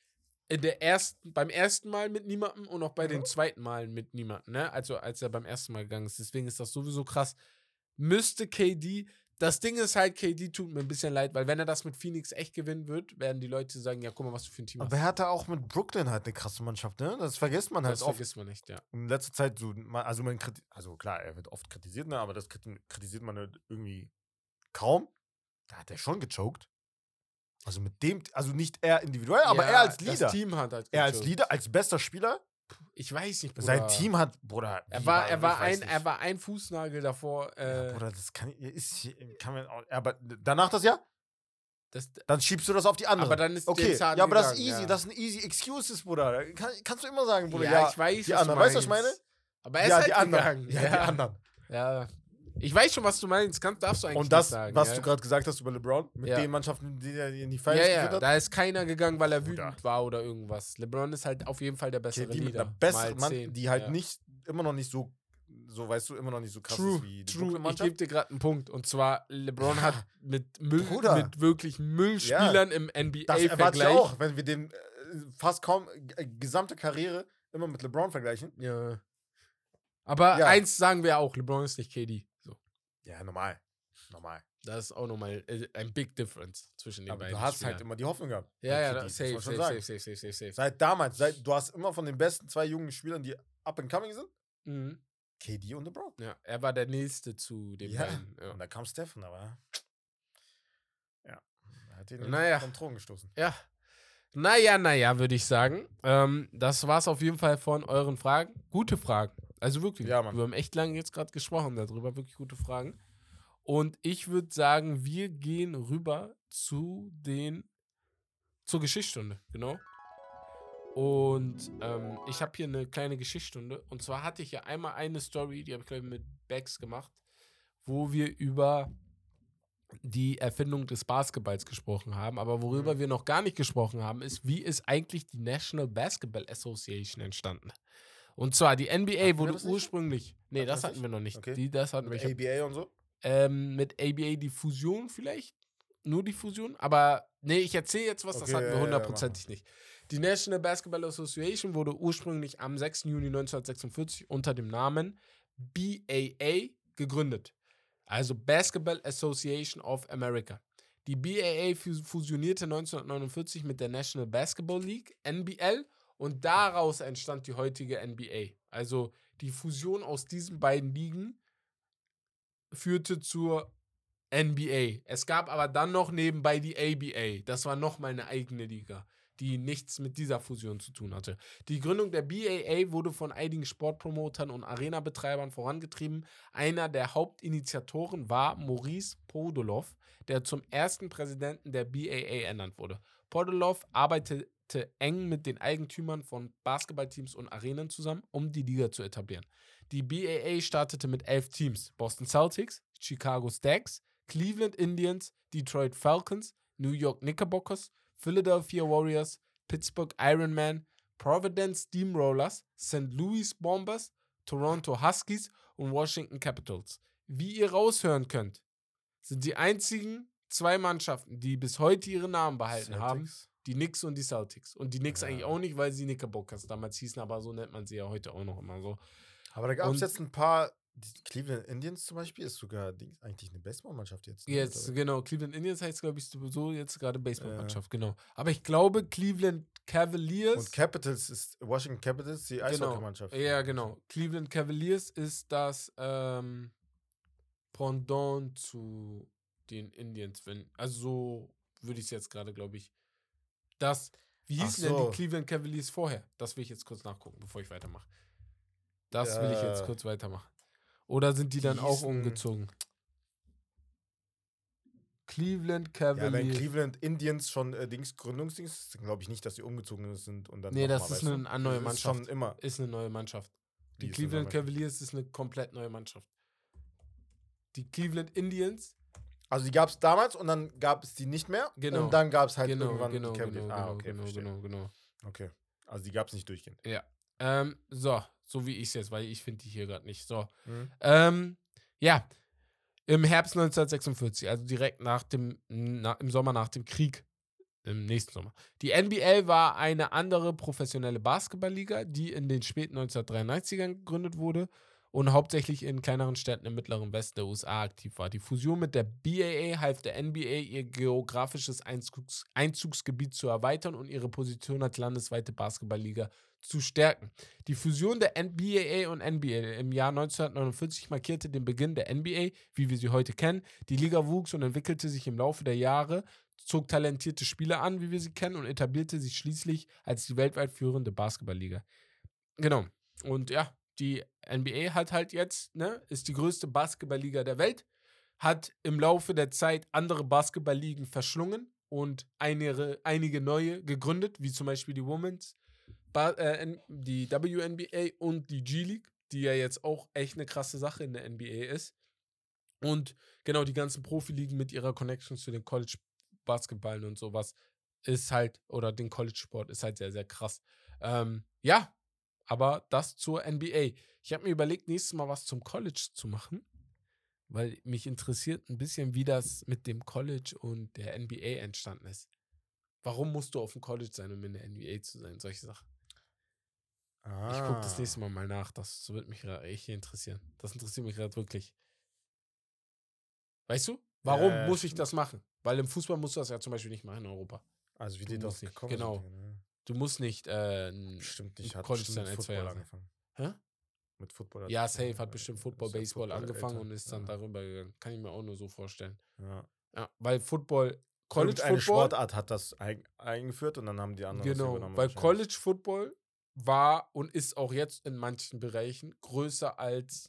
beim ersten Mal mit niemandem und auch bei den zweiten Malen mit niemandem, ne? Also als er beim ersten Mal gegangen ist. Deswegen ist das sowieso krass. Müsste KD, das Ding ist halt, KD tut mir ein bisschen leid, weil wenn er das mit Phoenix echt gewinnen wird, werden die Leute sagen, ja, guck mal, was du für ein Team hast. Aber er hatte auch mit Brooklyn halt eine krasse Mannschaft, ne? Das vergisst man halt Das oft. vergisst man nicht, ja. In letzter Zeit so, also klar, er wird oft kritisiert, ne? Aber das kritisiert man halt irgendwie kaum. Da hat er schon gechoked. Also mit dem, also nicht er individuell, aber er als Leader. Das Team hat halt Er als gechoked. Leader, als bester Spieler. Ich weiß nicht, Bruder. Sein Team hat, Bruder. Er war ein Fußnagel davor. Ja, Bruder, das kann man auch, aber danach das Jahr? Dann schiebst du das auf die anderen. Aber dann ist okay. James Harden Ja, aber das ist gegangen, easy. ja. Das sind easy excuses, Bruder. Kannst du immer sagen, Bruder. Ja, ich weiß, die anderen. Weißt du, was ich meine? Aber er ist halt die anderen. gegangen. Ja, die anderen. Ja. Ich weiß schon, was du meinst. Darfst du eigentlich Und das, nicht sagen. was du gerade gesagt hast über LeBron, mit Ja. den Mannschaften, die er in die Finals geführt hat. Da ist keiner gegangen, weil er Bruder. wütend war oder irgendwas. LeBron ist halt auf jeden Fall der bessere Die mit Leader. einer besseren Mal Mann, 10. die halt nicht, immer noch nicht so, weißt du, immer noch nicht so krass ist wie die True. Ich Brooklyn-Mannschaft. gebe dir gerade einen Punkt. Und zwar, LeBron hat mit Bruder. mit wirklich Müllspielern im Das erwarte ich NBA-Vergleich. auch, wenn wir den fast kaum gesamte Karriere immer mit LeBron vergleichen. Ja. Aber Ja. eins sagen wir auch, LeBron ist nicht KD. So. Ja, normal. Das ist auch nochmal ein Big Difference zwischen den Aber beiden du hast Spielern. halt immer die Hoffnung gehabt. Ja, bei KD, safe, muss man schon safe. sagen. Seit damals, du hast immer von den besten 2 jungen Spielern, die up and coming sind, Mhm. KD und LeBron. Ja, er war der Nächste zu den Ja. beiden. Ja. Und dann kam Stephen, aber ja, er hat ihn Naja. vom Thron gestoßen. Ja. Naja, würde ich sagen. Das war's auf jeden Fall von euren Fragen. Gute Fragen. Also wirklich. Ja, Mann. Wir haben echt lange jetzt gerade gesprochen darüber. Wirklich gute Fragen. Und ich würde sagen, wir gehen rüber zur Geschichtsstunde. Genau. Und ich habe hier eine kleine Geschichtsstunde. Und zwar hatte ich ja einmal eine Story, die habe ich, glaube ich, mit Bex gemacht, wo wir über die Erfindung des Basketballs gesprochen haben. Aber worüber wir noch gar nicht gesprochen haben, ist, wie ist eigentlich die National Basketball Association entstanden? Und zwar, die NBA wir wurde das nicht? ursprünglich. Nee, Hatten wir das das hatten wir noch nicht. Okay. Das hatten wir. Mit ABA und so? Mit ABA die Fusion vielleicht. Nur die Fusion. Aber nee, ich erzähle jetzt was, das Okay, hatten wir ja, hundertprozentig nicht. Die National Basketball Association wurde ursprünglich am 6. Juni 1946 unter dem Namen BAA gegründet. Also Basketball Association of America. Die BAA fusionierte 1949 mit der National Basketball League, NBL, und daraus entstand die heutige NBA. Also die Fusion aus diesen beiden Ligen führte zur NBA. Es gab aber dann noch nebenbei die ABA. Das war nochmal eine eigene Liga, die nichts mit dieser Fusion zu tun hatte. Die Gründung der BAA wurde von einigen Sportpromotern und Arenabetreibern vorangetrieben. Einer der Hauptinitiatoren war Maurice Podoloff, der zum ersten Präsidenten der BAA ernannt wurde. Podoloff arbeitete eng mit den Eigentümern von Basketballteams und Arenen zusammen, um die Liga zu etablieren. Die BAA startete mit 11 Teams: Boston Celtics, Chicago Stags, Cleveland Indians, Detroit Falcons, New York Knickerbockers, Philadelphia Warriors, Pittsburgh Ironman, Providence Steamrollers, St. Louis Bombers, Toronto Huskies und Washington Capitals. Wie ihr raushören könnt, sind die einzigen 2 Mannschaften, die bis heute ihre Namen behalten haben. Celtics. Die Knicks und die Celtics. Und die Knicks Ja. eigentlich auch nicht, weil sie Knickerbockers damals hießen, aber so nennt man sie ja heute auch noch immer so. Aber da gab es Und- jetzt ein paar, die Cleveland Indians zum Beispiel ist sogar eigentlich eine Baseballmannschaft jetzt. Ne? Jetzt, Oder? genau, Cleveland Indians heißt, glaube ich, sowieso jetzt gerade Baseballmannschaft, genau. Aber ich glaube, Cleveland Cavaliers. Und Capitals ist Washington Capitals, die Eishockeymannschaft. Ja, genau. Cleveland Cavaliers ist das Pendant zu den Indians, also so würde ich es jetzt gerade, glaube ich. Wie Ach hießen denn so. die Cleveland Cavaliers vorher? Das will ich jetzt kurz nachgucken, bevor ich weitermache. Das will ich jetzt kurz weitermachen. Oder sind die dann auch hießen- umgezogen? Cleveland Ja, wenn Cavaliers. Cleveland Indians schon Gründungsdings, dann glaube ich nicht, dass sie umgezogen sind und dann Nee, noch das mal, ist weißt eine du? neue Das Mannschaft. Ist schon immer. Ist eine neue Mannschaft. Die Wie ist eine Cleveland neue Mannschaft? Cavaliers ist eine komplett neue Mannschaft. Die Cleveland Indians. Also die gab es damals und dann gab es die nicht mehr. Genau. Und dann gab es halt Genau, irgendwann genau, die Cavaliers. genau, Okay, verstehe. genau. Okay. Also die gab es nicht durchgehend. Ja. So wie ich es jetzt, weil ich finde die hier gerade nicht. So. Mhm. Ja. Im Herbst 1946, also direkt im Sommer nach dem Krieg, im nächsten Sommer. Die NBL war eine andere professionelle Basketballliga, die in den späten 1993ern gegründet wurde und hauptsächlich in kleineren Städten im mittleren Westen der USA aktiv war. Die Fusion mit der BAA half der NBA, ihr geografisches Einzugsgebiet zu erweitern und ihre Position als landesweite Basketballliga zu stärken. Die Fusion der BAA und NBL im Jahr 1949 markierte den Beginn der NBA, wie wir sie heute kennen. Die Liga wuchs und entwickelte sich im Laufe der Jahre, zog talentierte Spieler an, wie wir sie kennen, und etablierte sich schließlich als die weltweit führende Basketballliga. Genau. Und ja, die NBA hat halt jetzt, ist die größte Basketballliga der Welt, hat im Laufe der Zeit andere Basketballligen verschlungen und einige neue gegründet, wie zum Beispiel die Women's, die WNBA und die G-League, die ja jetzt auch echt eine krasse Sache in der NBA ist. Und genau, die ganzen Profiligen mit ihrer Connection zu den College-Basketballen und sowas ist halt, oder den College-Sport ist halt sehr, sehr krass. Ja, aber das zur NBA. Ich habe mir überlegt, nächstes Mal was zum College zu machen, weil mich interessiert ein bisschen, wie das mit dem College und der NBA entstanden ist. Warum musst du auf dem College sein, um in der NBA zu sein? Solche Sachen. Ich gucke das nächste Mal nach. Das wird mich echt interessieren. Das interessiert mich gerade wirklich. Weißt du? Warum muss ich das machen? Weil im Fußball musst du das ja zum Beispiel nicht machen in Europa. Also wie Du die doch musst nicht, gekommen genau. sind. Ne? Du musst nicht Stimmt nicht, hat College bestimmt sein, mit ein, 2 Football Jahre. angefangen. Hä? Mit Football. Ja, safe, hat bestimmt Football, ist ja Baseball Football angefangen älter. und ist dann darüber gegangen. Kann ich mir auch nur so vorstellen. Ja. Ja, weil College Eine Football, Sportart hat das eingeführt und dann haben die anderen das genau, übernommen. weil wahrscheinlich. College Football war und ist auch jetzt in manchen Bereichen größer als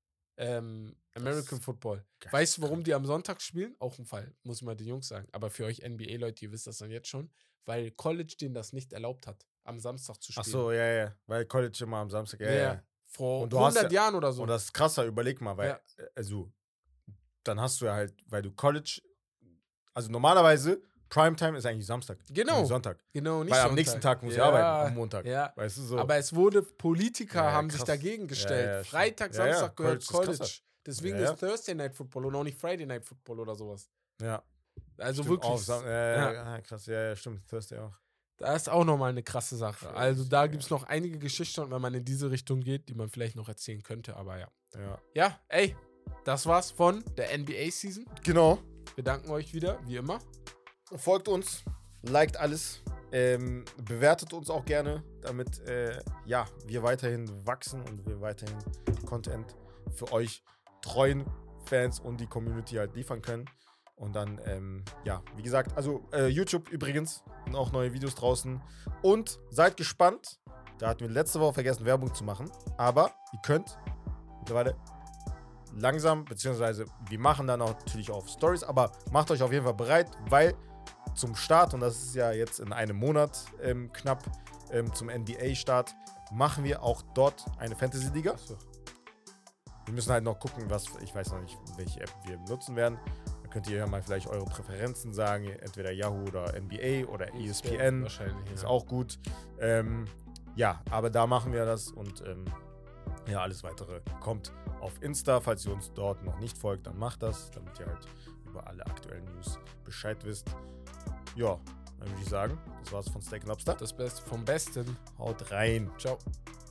American Football. Weißt du, warum die am Sonntag spielen? Auch ein Fall, muss man den Jungs sagen. Aber für euch NBA-Leute, ihr wisst das dann jetzt schon, weil College denen das nicht erlaubt hat, am Samstag zu spielen. Ach so, ja. Weil College immer am Samstag, ja. Vor Und du hast 100 Jahren oder so. Und das ist krasser, überleg mal, weil, Ja. also, dann hast du ja halt, weil du College, also normalerweise, Primetime ist eigentlich Samstag. Genau. Nicht Sonntag. Genau, nicht Weil am Sonntag. nächsten Tag muss ich Ja, arbeiten, am Montag. Ja. Weißt du so? Aber es wurde, Politiker Ja, haben sich krass. dagegen gestellt. Ja, stimmt. Freitag, Ja, Samstag gehört College ist College. krasser. Deswegen Ja. ist Thursday Night Football und auch nicht Friday Night Football oder sowas. Ja. Also Stimmt, wirklich. ja, krass. Ja, stimmt. Thursday auch. Da ist auch nochmal eine krasse Sache. Crazy, Also da ja. gibt es noch einige Geschichten, wenn man in diese Richtung geht, die man vielleicht noch erzählen könnte, aber ja. Ja. Ja, ey, das war's von der NBA-Season. Genau. Wir danken euch wieder, wie immer. Folgt uns, liked alles, bewertet uns auch gerne, damit wir weiterhin wachsen und wir weiterhin Content für euch treuen Fans und die Community halt liefern können. Und dann, wie gesagt, also YouTube übrigens, sind auch neue Videos draußen. Und seid gespannt, da hatten wir letzte Woche vergessen, Werbung zu machen, aber ihr könnt mittlerweile langsam, beziehungsweise wir machen dann auch natürlich auf Stories, aber macht euch auf jeden Fall bereit, weil zum Start, und das ist ja jetzt in einem Monat knapp zum NBA-Start, machen wir auch dort eine Fantasy-Liga. Achso. Wir müssen halt noch gucken, ich weiß noch nicht, welche App wir benutzen werden. Da könnt ihr ja mal vielleicht eure Präferenzen sagen, entweder Yahoo oder NBA oder ESPN. Wahrscheinlich, Ist ja. auch gut. Aber da machen wir das und alles weitere kommt auf Insta. Falls ihr uns dort noch nicht folgt, dann macht das, damit ihr halt über alle aktuellen News Bescheid wisst. Ja, dann würde ich sagen, das war's von Steak Lobster. Das Beste vom Besten. Haut rein. Ciao.